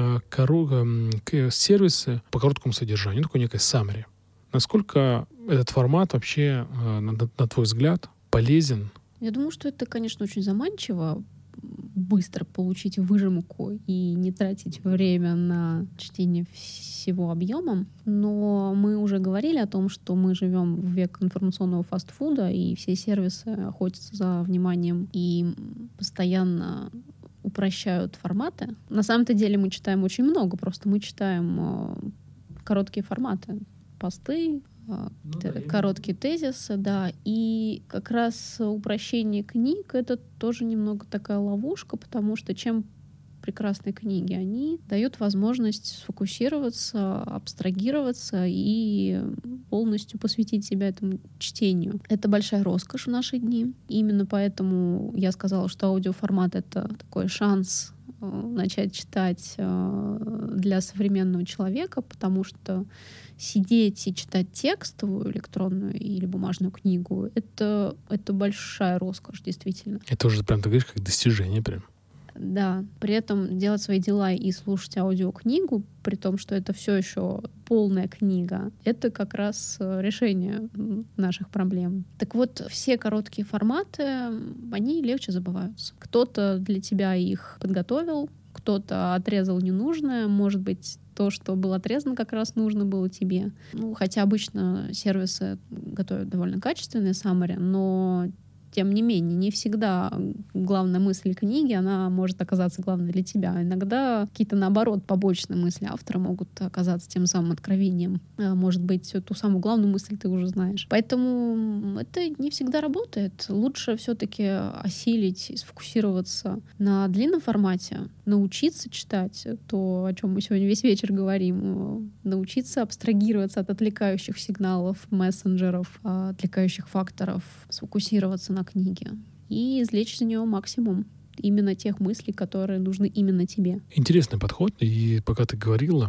сервисы по короткому содержанию, такой некой summary. Насколько этот формат вообще, на твой взгляд, полезен? Я думаю, что это, конечно, очень заманчиво быстро получить выжимку и не тратить время на чтение всего объемом. Но мы уже говорили о том, что мы живем в век информационного фастфуда, и все сервисы охотятся за вниманием и постоянно упрощают форматы. На самом-то деле мы читаем очень много, просто мы читаем короткие форматы, посты, короткие тезисы, да. И как раз упрощение книг — это тоже немного такая ловушка, потому что чем прекрасные книги, они дают возможность сфокусироваться, абстрагироваться и полностью посвятить себя этому чтению. Это большая роскошь в наши дни. Именно поэтому я сказала, что аудиоформат — это такой шанс начать читать для современного человека, потому что сидеть и читать текстовую электронную или бумажную книгу — это большая роскошь, действительно. Это уже прям, ты говоришь, как достижение прям. Да, при этом делать свои дела и слушать аудиокнигу, при том, что это все еще полная книга, это как раз решение наших проблем. Так вот, все короткие форматы, они легче забываются. Кто-то для тебя их подготовил, кто-то отрезал ненужное, может быть, то, что было отрезано, как раз нужно было тебе. Хотя обычно сервисы готовят довольно качественные summary, но тем не менее, не всегда главная мысль книги, она может оказаться главной для тебя. Иногда какие-то, наоборот, побочные мысли автора могут оказаться тем самым откровением. Может быть, ту самую главную мысль ты уже знаешь. Поэтому это не всегда работает. Лучше все-таки осилить и сфокусироваться на длинном формате, научиться читать то, о чем мы сегодня весь вечер говорим, научиться абстрагироваться от отвлекающих сигналов, мессенджеров, отвлекающих факторов, сфокусироваться на книге и извлечь из нее максимум именно тех мыслей, которые нужны именно тебе. Интересный подход. И пока ты говорила,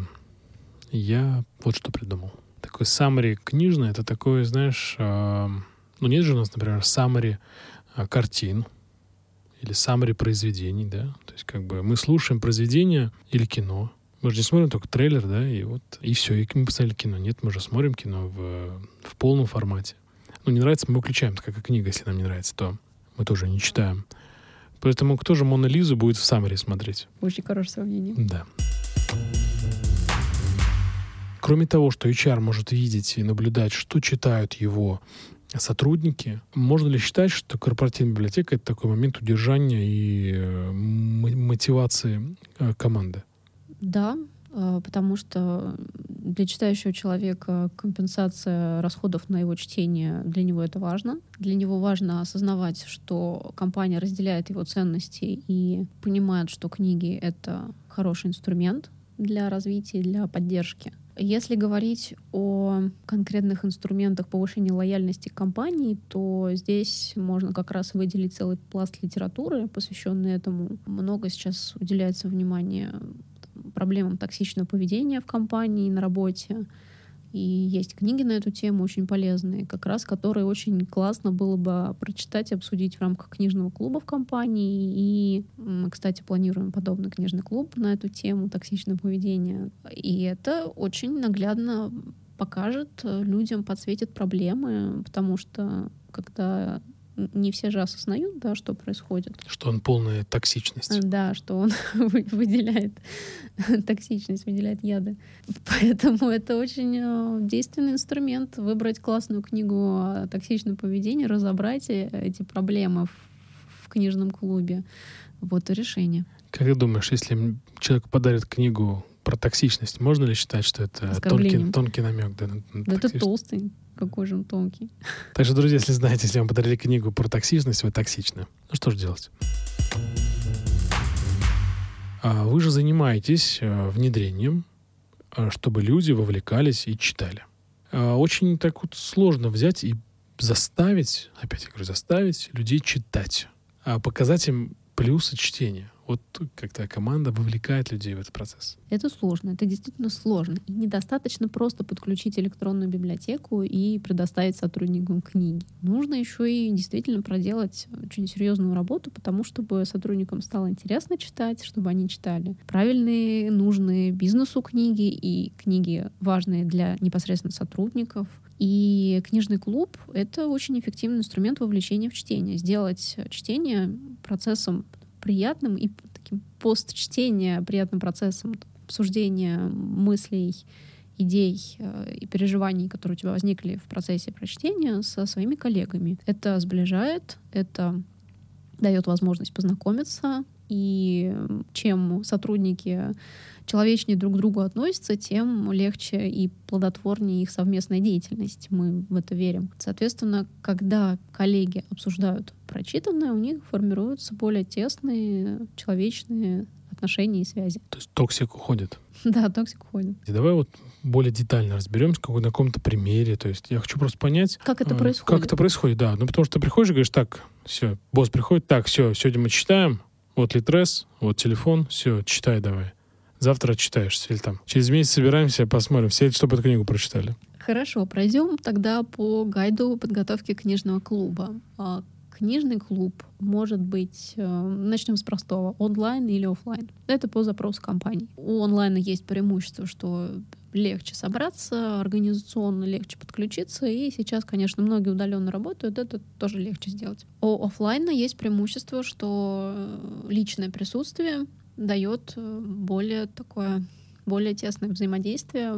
я вот что придумал. Такой summary книжный, это такое, знаешь, нет же у нас, например, summary картин или summary произведений, да? То есть как бы мы слушаем произведение или кино. Мы же не смотрим только трейлер, да, и все, и мы посмотрели кино. Нет, мы же смотрим кино в полном формате. Не нравится, мы выключаем, это как и книга, если нам не нравится, то мы тоже не читаем. Поэтому кто же «Мона Лизу» будет в summary смотреть? Очень хорошее сравнение. Да. Кроме того, что HR может видеть и наблюдать, что читают его сотрудники, можно ли считать, что корпоративная библиотека — это такой момент удержания и мотивации команды? Да, потому что для читающего человека компенсация расходов на его чтение, для него это важно. Для него важно осознавать, что компания разделяет его ценности и понимает, что книги — это хороший инструмент для развития, для поддержки. Если говорить о конкретных инструментах повышения лояльности компании, то здесь можно как раз выделить целый пласт литературы, посвященный этому. Много сейчас уделяется внимания проблемам токсичного поведения в компании, на работе. И есть книги на эту тему очень полезные, как раз которые очень классно было бы прочитать и обсудить в рамках книжного клуба в компании. И мы, кстати, планируем подобный книжный клуб на эту тему токсичного поведения. И это очень наглядно покажет людям, подсветит проблемы, потому что когда не все же осознают, да, что происходит. Что он полная токсичность. Да, что он выделяет токсичность, выделяет яды. Поэтому это очень действенный инструмент. Выбрать классную книгу о токсичном поведении, разобрать эти проблемы в книжном клубе. Вот и решение. Как ты думаешь, если человек подарит книгу про токсичность, можно ли считать, что это тонкий намек? Да это толстый. Какой же он тонкий. Так что, друзья, если знаете, если вам подарили книгу про токсичность, вы токсичны. Ну что же делать? Вы же занимаетесь внедрением, чтобы люди вовлекались и читали. Очень так вот сложно взять и заставить, опять я говорю, заставить людей читать, а показать им плюсы чтения. Вот как твоя команда вовлекает людей в этот процесс. Это сложно, это действительно сложно. И недостаточно просто подключить электронную библиотеку и предоставить сотрудникам книги. Нужно еще и действительно проделать очень серьезную работу, потому чтобы сотрудникам стало интересно читать, чтобы они читали правильные, нужные бизнесу книги и книги важные для непосредственно сотрудников. И книжный клуб — это очень эффективный инструмент вовлечения в чтение. Сделать чтение процессом приятным и таким постчтения, приятным процессом обсуждения мыслей, идей и переживаний, которые у тебя возникли в процессе прочтения, со своими коллегами. Это сближает, это дает возможность познакомиться, и чем сотрудники человечнее друг к другу относятся, тем легче и плодотворнее их совместная деятельность. Мы в это верим. Соответственно, когда коллеги обсуждают прочитанное, у них формируются более тесные человечные отношения и связи. То есть токсик уходит. Да, токсик уходит. И давай вот более детально разберемся на каком-то примере. То есть я хочу просто понять, как это происходит. Как это происходит, да. Ну, потому что ты приходишь и говоришь, так, все, босс приходит, так, все, сегодня мы читаем, вот Литрес, вот телефон, все, читай давай. Завтра читаешь, или там через месяц собираемся, посмотрим, все, чтобы эту книгу прочитали. Хорошо, пройдем тогда по гайду подготовки книжного клуба. Книжный клуб может быть, начнем с простого, онлайн или офлайн. Это по запросу компании. У онлайна есть преимущество, что легче собраться, организационно легче подключиться, и сейчас, конечно, многие удаленно работают, это тоже легче сделать. У офлайна есть преимущество, что личное присутствие дает более тесное взаимодействие,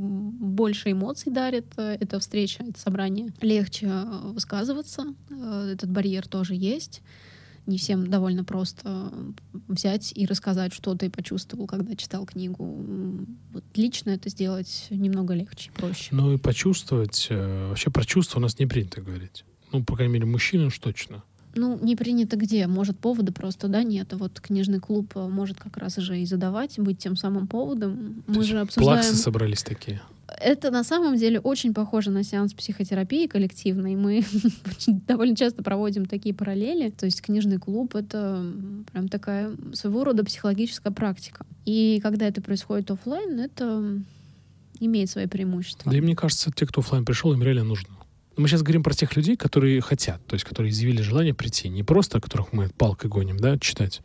больше эмоций дарит эта встреча, это собрание. Легче высказываться, этот барьер тоже есть. Не всем довольно просто взять и рассказать, что ты почувствовал, когда читал книгу. Вот лично это сделать немного легче, проще. Ну и почувствовать, вообще про чувства у нас не принято говорить. Ну, по крайней мере, мужчинам уж точно. Ну, не принято где? Может, повода просто, да, нет. А вот книжный клуб может как раз уже и задавать, быть тем самым поводом. Мы же обсуждаем... Плаксы собрались такие. Это на самом деле очень похоже на сеанс психотерапии коллективной. Мы довольно часто проводим такие параллели. То есть книжный клуб — это прям такая своего рода психологическая практика. И когда это происходит офлайн, это имеет свои преимущества. Да и мне кажется, те, кто офлайн пришел, им реально нужно. Мы сейчас говорим про тех людей, которые хотят, то есть которые изъявили желание прийти. Не просто, которых мы палкой гоним, да, читать,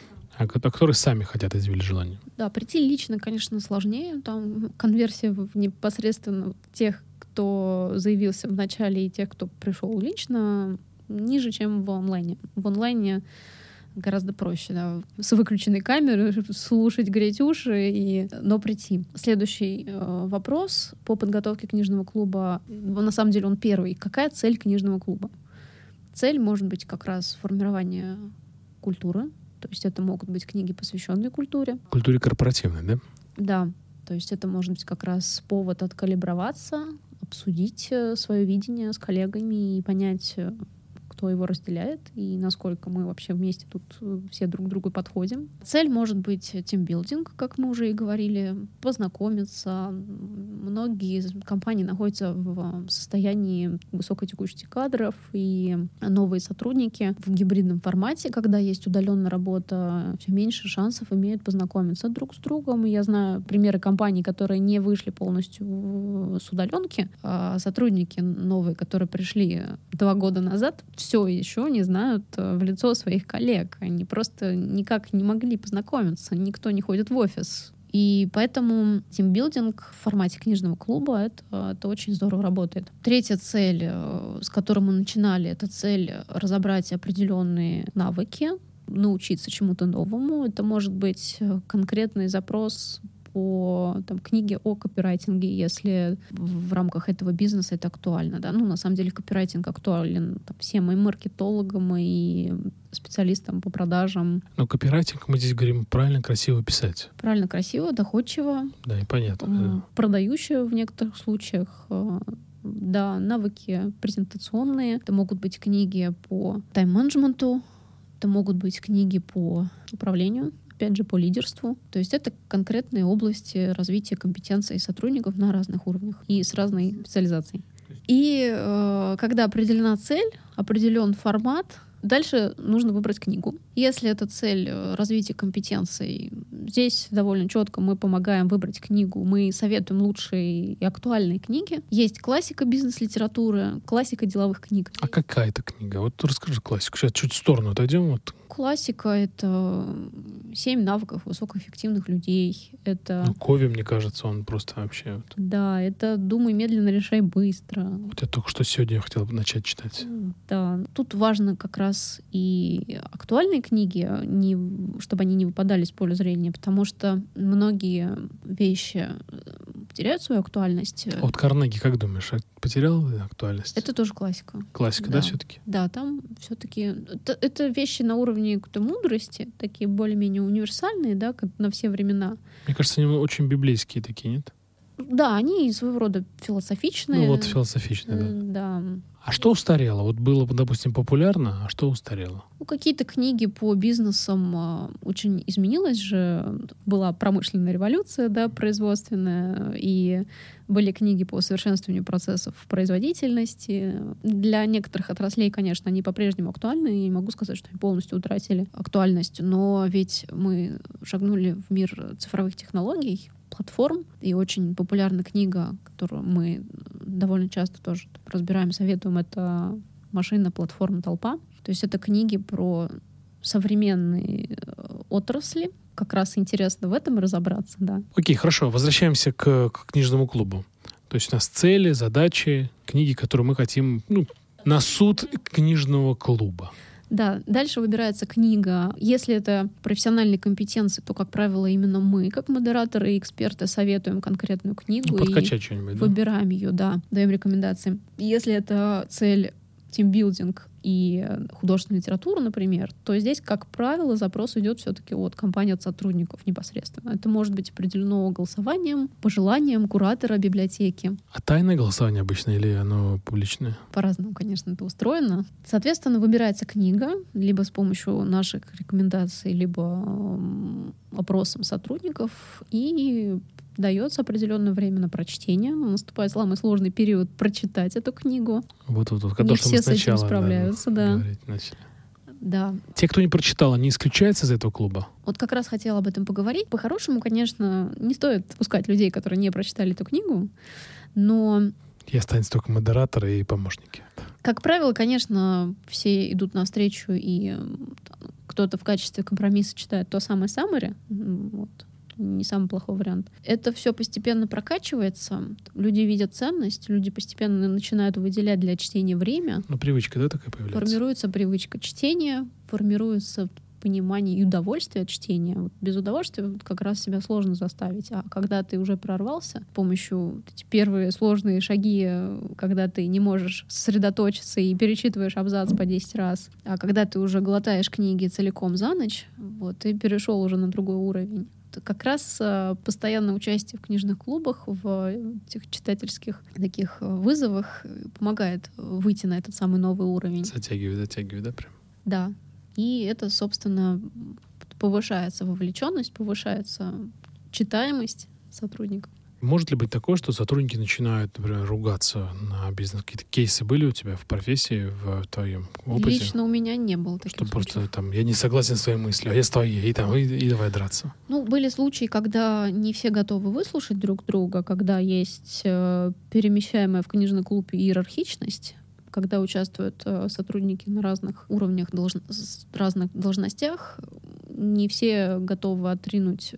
а которые сами хотят, изъявили желание. Да, прийти лично, конечно, сложнее. Там конверсия в непосредственно тех, кто заявился в начале, и тех, кто пришел лично, ниже, чем в онлайне. В онлайне гораздо проще, да, с выключенной камерой слушать, греть уши, но прийти. Следующий вопрос по подготовке книжного клуба. На самом деле он первый. Какая цель книжного клуба? Цель может быть как раз формирование культуры. То есть это могут быть книги, посвященные культуре. Культуре корпоративной, да? Да. То есть это может быть как раз повод откалиброваться, обсудить свое видение с коллегами и понять, кто его разделяет и насколько мы вообще вместе тут все друг к другу подходим. Цель может быть тимбилдинг, как мы уже и говорили, познакомиться. Многие компании находятся в состоянии высокой текучести кадров, и новые сотрудники в гибридном формате, когда есть удаленная работа, все меньше шансов имеют познакомиться друг с другом. И я знаю примеры компаний, которые не вышли полностью с удаленки, а сотрудники новые, которые пришли 2 года назад, все еще не знают в лицо своих коллег. Они просто никак не могли познакомиться. Никто не ходит в офис. И поэтому тимбилдинг в формате книжного клуба это очень здорово работает. Третья цель, с которой мы начинали, это цель разобрать определенные навыки, научиться чему-то новому. Это может быть конкретный запрос по книге о копирайтинге, если в рамках этого бизнеса это актуально. Да? Ну, на самом деле, копирайтинг актуален всем и маркетологам, и специалистам по продажам. Но копирайтинг, мы здесь говорим правильно, красиво писать. Правильно, красиво, доходчиво. Да, и понятно. Продающее в некоторых случаях. Да, навыки презентационные. Это могут быть книги по тайм-менеджменту, это могут быть книги по управлению, опять же, по лидерству. То есть это конкретные области развития компетенций сотрудников на разных уровнях и с разной специализацией. И когда определена цель, определен формат, дальше нужно выбрать книгу. Если это цель развития компетенций, здесь довольно четко мы помогаем выбрать книгу. Мы советуем лучшие и актуальные книги. Есть классика бизнес-литературы, классика деловых книг. А какая это книга? Вот расскажи классику. Сейчас чуть в сторону отойдем. Вот. Классика — это 7 навыков высокоэффективных людей. Это... Кови, мне кажется, он просто вообще... Вот. Да, это «Думай медленно, решай быстро». Вот я только что сегодня хотел начать читать. Да, тут важно как раз и актуальные книги, чтобы они не выпадали из поля зрения, потому что многие вещи теряют свою актуальность. А вот Карнеги, как думаешь, потерял актуальность? Это тоже классика. Классика, да, все-таки? Да, там все-таки это вещи на уровне какой-то мудрости, такие более-менее универсальные, да, на все времена. Мне кажется, они очень библейские такие, нет? Да, они своего рода философичные. Ну вот философичные, да. Да. А что устарело? Вот было, допустим, популярно, а что устарело? Ну, какие-то книги по бизнесам очень изменилось же. Была промышленная революция, да, производственная, и были книги по совершенствованию процессов производительности. Для некоторых отраслей, конечно, они по-прежнему актуальны. Я не могу сказать, что они полностью утратили актуальность, но ведь мы шагнули в мир цифровых технологий, платформ, и очень популярная книга, которую мы довольно часто тоже разбираем, советуем, это «Машина, платформа, толпа». То есть это книги про современные отрасли. Как раз интересно в этом разобраться, да. Окей, хорошо. Возвращаемся к книжному клубу. То есть у нас цели, задачи, книги, которые мы хотим, на суд книжного клуба. Да, дальше выбирается книга. Если это профессиональные компетенции, то, как правило, именно мы, как модераторы и эксперты, советуем конкретную книгу подкачать что-нибудь, выбираем ее, да, даем рекомендации. Если это цель тимбилдинг и художественная литература, например, то здесь, как правило, запрос идет все-таки от компании, от сотрудников непосредственно. Это может быть определено голосованием, пожеланием куратора библиотеки. А тайное голосование обычно или оно публичное? По-разному, конечно, это устроено. Соответственно, выбирается книга либо с помощью наших рекомендаций, либо опросом сотрудников, и дается определенное время на прочтение. Наступает самый сложный период прочитать эту книгу. Вот. Не То, все с этим справляются, да. Да. Те, кто не прочитал, они исключаются из этого клуба? Вот как раз хотела об этом поговорить. По-хорошему, конечно, не стоит пускать людей, которые не прочитали эту книгу, но... И останется только модераторы и помощники. Как правило, конечно, все идут навстречу, и кто-то в качестве компромисса читает то самое summary, вот, не самый плохой вариант. Это все постепенно прокачивается, люди видят ценность, люди постепенно начинают выделять для чтения время. Ну, привычка, да, такая появляется? Формируется привычка чтения, формируется понимание и удовольствие от чтения. Вот без удовольствия как раз себя сложно заставить. А когда ты уже прорвался с помощью эти первые сложные шаги, когда ты не можешь сосредоточиться и перечитываешь абзац по 10 раз, а когда ты уже глотаешь книги целиком за ночь, вот, ты перешел уже на другой уровень. Как раз постоянное участие в книжных клубах, в этих читательских таких вызовах помогает выйти на этот самый новый уровень. Затягивает, да, прям? Да. И это, собственно, повышается вовлеченность, повышается читаемость сотрудников. Может ли быть такое, что сотрудники начинают, например, ругаться на бизнес? Какие-то кейсы были у тебя в профессии, в твоем опыте? Лично у меня не было таких что случаев. Просто там, я не согласен с твоей мыслью, а я с твоей, и давай драться. Ну, были случаи, когда не все готовы выслушать друг друга, когда есть перемещаемая в книжный клуб иерархичность, когда участвуют сотрудники на разных уровнях, разных должностях, не все готовы отринуть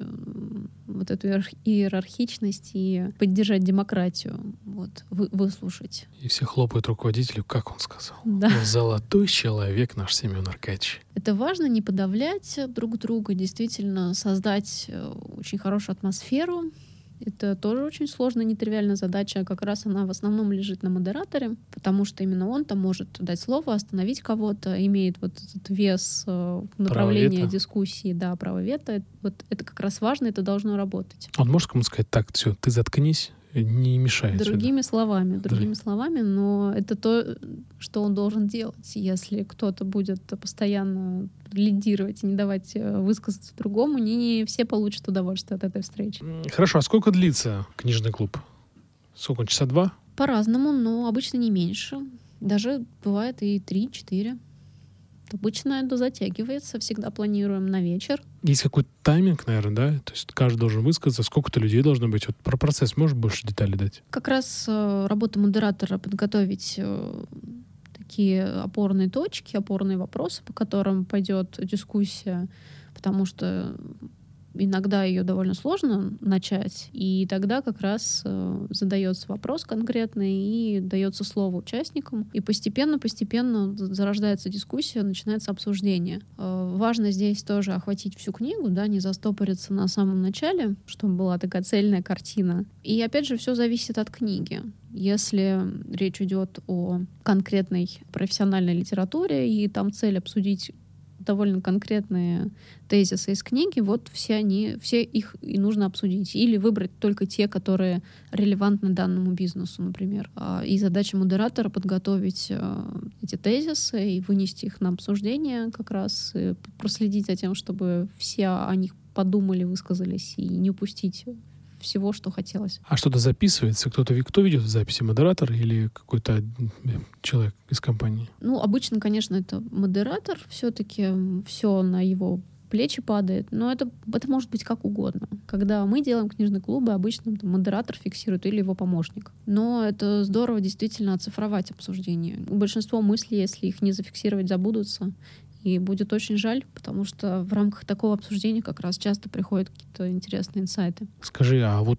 вот эту иерархичность и поддержать демократию, вот, выслушать. И все хлопают руководителю, как он сказал. Да. Золотой человек наш Семен Аркадьевич. Это важно, не подавлять друг друга, действительно создать очень хорошую атмосферу. Это тоже очень сложная, нетривиальная задача. Как раз она в основном лежит на модераторе, потому что именно он-то может дать слово, остановить кого-то, имеет вот этот вес направления дискуссии, да, право вето. Вот это как раз важно, это должно работать. Он может кому-то сказать: так, все, ты заткнись, не мешай. Другими словами, но это то, что он должен делать. Если кто-то будет постоянно лидировать и не давать высказаться другому, не все получат удовольствие от этой встречи. Хорошо, а сколько длится книжный клуб? Сколько он, часа 2? По-разному, но обычно не меньше. Даже бывает и 3-4. Обычно это затягивается, всегда планируем на вечер. Есть какой-то тайминг, наверное, да? То есть каждый должен высказаться, сколько-то людей должно быть. Вот про процесс можешь больше деталей дать? Как раз работа модератора — подготовить такие опорные точки, опорные вопросы, по которым пойдет дискуссия, потому что иногда ее довольно сложно начать, и тогда как раз задается вопрос конкретный и дается слово участникам, и постепенно зарождается дискуссия, начинается обсуждение. Важно здесь тоже охватить всю книгу, да, не застопориться на самом начале, чтобы была такая цельная картина. И опять же, все зависит от книги. Если речь идет о конкретной профессиональной литературе, и там цель обсудить довольно конкретные тезисы из книги, вот все их и нужно обсудить. Или выбрать только те, которые релевантны данному бизнесу, например. И задача модератора — подготовить эти тезисы и вынести их на обсуждение как раз, и проследить за тем, чтобы все о них подумали, высказались, и не упустить всего, что хотелось. А что-то записывается? Кто ведет в записи? Модератор или какой-то человек из компании? Ну, обычно, конечно, это модератор. Все-таки все на его плечи падает. Но это может быть как угодно. Когда мы делаем книжные клубы, обычно там модератор фиксирует или его помощник. Но это здорово действительно оцифровать обсуждение. Большинство мыслей, если их не зафиксировать, забудутся. И будет очень жаль, потому что в рамках такого обсуждения как раз часто приходят какие-то интересные инсайты. Скажи, а вот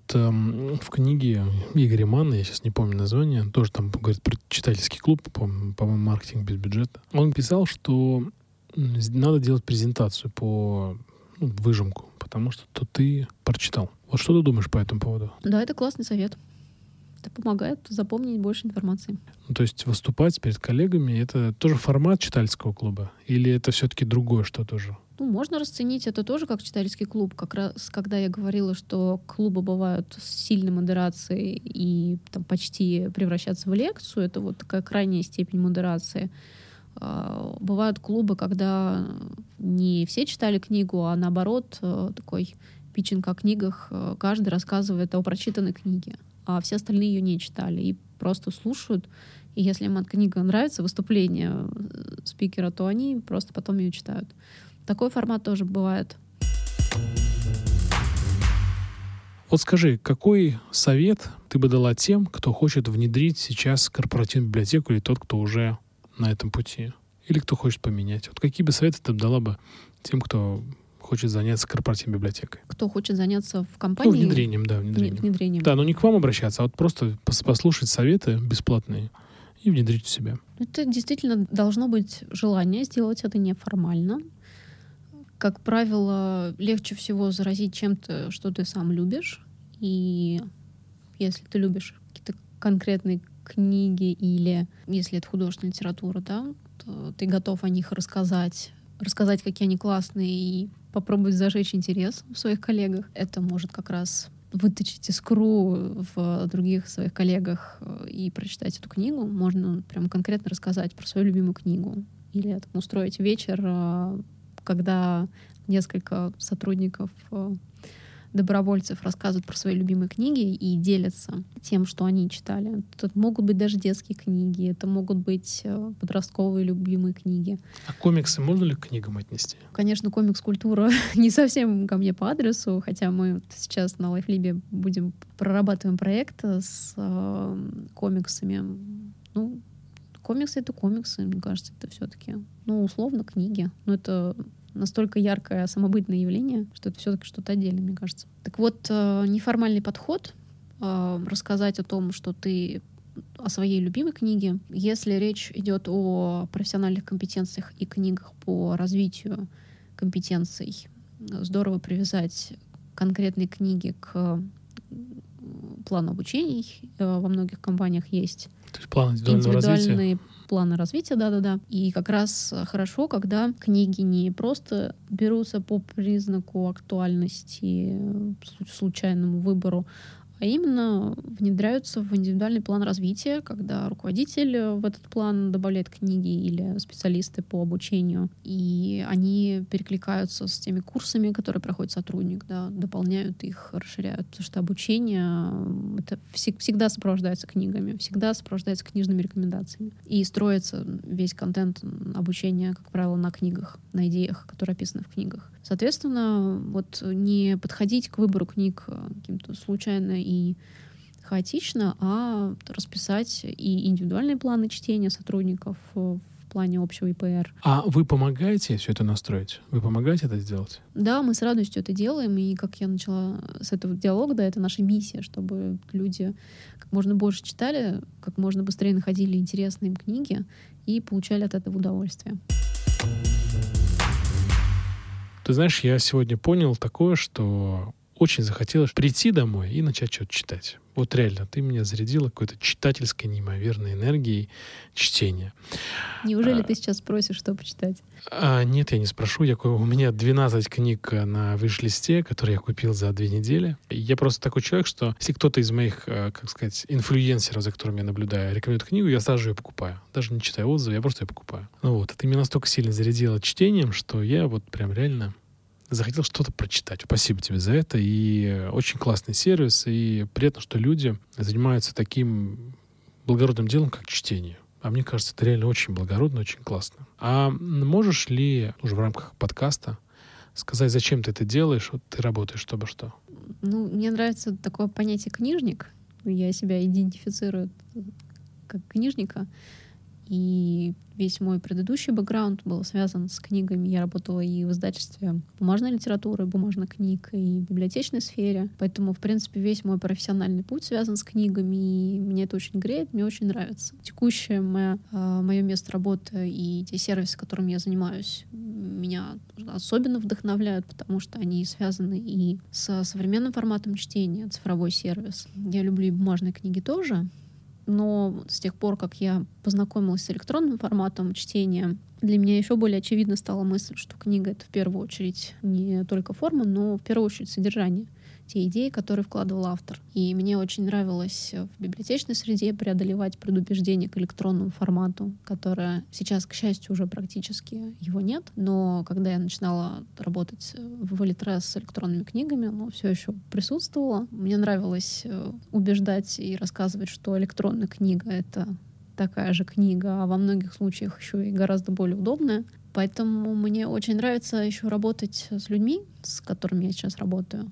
в книге Игоря Манна, я сейчас не помню название, тоже там говорит про читательский клуб, по-моему, маркетинг без бюджета. Он писал, что надо делать презентацию по выжимку, потому что то ты прочитал. Вот что ты думаешь по этому поводу? Да, это классный совет. Это помогает запомнить больше информации. Ну, то есть выступать перед коллегами — это тоже формат читательского клуба? Или это все-таки другое что-то уже? Ну, можно расценить это тоже как читательский клуб. Как раз, когда я говорила, что клубы бывают с сильной модерацией и там почти превращаться в лекцию, это вот такая крайняя степень модерации. Бывают клубы, когда не все читали книгу, а наоборот, такой питчинг о книгах. Каждый рассказывает о прочитанной книге, а все остальные ее не читали и просто слушают. И если им книга нравится, выступление спикера, то они просто потом ее читают. Такой формат тоже бывает. Вот скажи, какой совет ты бы дала тем, кто хочет внедрить сейчас корпоративную библиотеку, или тот, кто уже на этом пути, или кто хочет поменять? Вот какие бы советы ты дала бы тем, кто хочет заняться корпоративной библиотекой? Кто хочет заняться в компании? Ну, внедрением, да, внедрением. Внедрением. Да, но не к вам обращаться, а вот просто послушать советы бесплатные и внедрить в себя. Это действительно должно быть желание сделать это неформально. Как правило, легче всего заразить чем-то, что ты сам любишь. И если ты любишь какие-то конкретные книги или если это художественная литература, да, то ты готов о них рассказать, какие они классные, и попробовать зажечь интерес в своих коллегах. Это может как раз вытащить искру в других своих коллегах и прочитать эту книгу. Можно прям конкретно рассказать про свою любимую книгу. Или там, устроить вечер, когда несколько сотрудников, добровольцев рассказывают про свои любимые книги и делятся тем, что они читали. Тут могут быть даже детские книги, это могут быть подростковые любимые книги. А комиксы можно ли к книгам отнести? Конечно, комикс-культура не совсем ко мне по адресу, хотя мы сейчас на LifeLib прорабатываем проект с комиксами. Ну, комиксы — это комиксы, мне кажется, это все-таки, условно, книги. Но это настолько яркое самобытное явление, что это все-таки что-то отдельное, мне кажется. Так вот, неформальный подход — рассказать о том, что ты о своей любимой книге. Если речь идет о профессиональных компетенциях и книгах по развитию компетенций, здорово привязать конкретные книги к плану обучений. Во многих компаниях есть план индивидуальные планы развития, да. И как раз хорошо, когда книги не просто берутся по признаку актуальности, случайному выбору, а именно внедряются в индивидуальный план развития, когда руководитель в этот план добавляет книги или специалисты по обучению, и они перекликаются с теми курсами, которые проходит сотрудник, да, дополняют их, расширяют, потому что обучение это всегда сопровождается книгами, всегда сопровождается книжными рекомендациями. И строится весь контент обучения, как правило, на книгах, на идеях, которые описаны в книгах. Соответственно, вот не подходить к выбору книг каким-то случайно и хаотично, а расписать и индивидуальные планы чтения сотрудников в плане общего ИПР. А вы помогаете все это настроить? Вы помогаете это сделать? Да, мы с радостью это делаем, и как я начала с этого диалога, да, это наша миссия, чтобы люди как можно больше читали, как можно быстрее находили интересные им книги и получали от этого удовольствие. Ты знаешь, я сегодня понял такое, что очень захотелось прийти домой и начать что-то читать. Вот реально, ты меня зарядила какой-то читательской неимоверной энергией чтения. Неужели ты сейчас спросишь, что почитать? Нет, я не спрошу. У меня 12 книг на виш-листе, которые я купил за 2 недели. Я просто такой человек, что если кто-то из моих, как сказать, инфлюенсеров, за которыми я наблюдаю, рекомендует книгу, я сразу же ее покупаю. Даже не читаю отзывы, я просто ее покупаю. Ну вот, ты меня настолько сильно зарядила чтением, что я вот прям реально захотел что-то прочитать. Спасибо тебе за это. И очень классный сервис. И приятно, что люди занимаются таким благородным делом, как чтение. А мне кажется, это реально очень благородно, очень классно. А можешь ли уже в рамках подкаста сказать, зачем ты это делаешь? Вот ты работаешь, чтобы что? Ну, мне нравится такое понятие «книжник». Я себя идентифицирую как книжника. И весь мой предыдущий бэкграунд был связан с книгами. Я работала и в издательстве бумажной литературы, бумажных книг, и в библиотечной сфере. Поэтому, в принципе, весь мой профессиональный путь связан с книгами, и мне это очень греет, мне очень нравится. Текущее мое место работы и те сервисы, которыми я занимаюсь, меня особенно вдохновляют, потому что они связаны и со современным форматом чтения, цифровой сервис. Я люблю и бумажные книги тоже, но с тех пор, как я познакомилась с электронным форматом чтения, для меня еще более очевидно стала мысль, что книга — это в первую очередь не только форма, но в первую очередь содержание, те идеи, которые вкладывал автор. И мне очень нравилось в библиотечной среде преодолевать предубеждение к электронному формату, которое сейчас, к счастью, уже практически его нет. Но когда я начинала работать в Литрес с электронными книгами, оно все еще присутствовало. Мне нравилось убеждать и рассказывать, что электронная книга — это такая же книга, а во многих случаях еще и гораздо более удобная. Поэтому мне очень нравится еще работать с людьми, с которыми я сейчас работаю.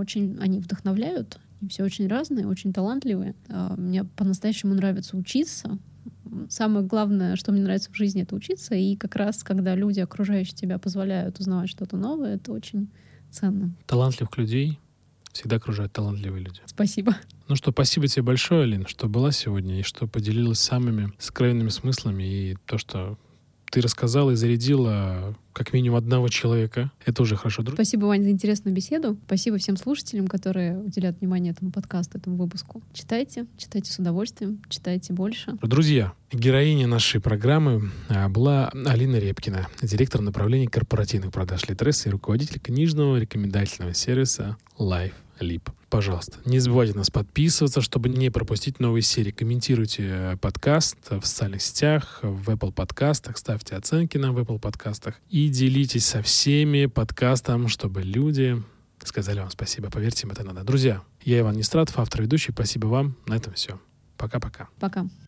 Они вдохновляют, и все очень разные, очень талантливые. Мне по-настоящему нравится учиться. Самое главное, что мне нравится в жизни, это учиться. И как раз, когда люди, окружающие тебя, позволяют узнавать что-то новое, это очень ценно. Талантливых людей всегда окружают талантливые люди. Спасибо. Ну что, спасибо тебе большое, Алин, что была сегодня и что поделилась самыми сокровенными смыслами. И то, что ты рассказала и зарядила как минимум одного человека. Это уже хорошо. Спасибо, Вань, за интересную беседу. Спасибо всем слушателям, которые уделяют внимание этому подкасту, этому выпуску. Читайте с удовольствием, читайте больше. Друзья, героиня нашей программы была Алина Репкина, директор направления корпоративных продаж Литрес и руководитель книжного рекомендательного сервиса LifeLib. Пожалуйста, не забывайте нас подписываться, чтобы не пропустить новые серии. Комментируйте подкаст в социальных сетях, в Apple подкастах, ставьте оценки нам в Apple подкастах и делитесь со всеми подкастом, чтобы люди сказали вам спасибо. Поверьте, им это надо. Друзья, я Иван Нестратов, автор и ведущий. Спасибо вам. На этом все. Пока-пока. Пока.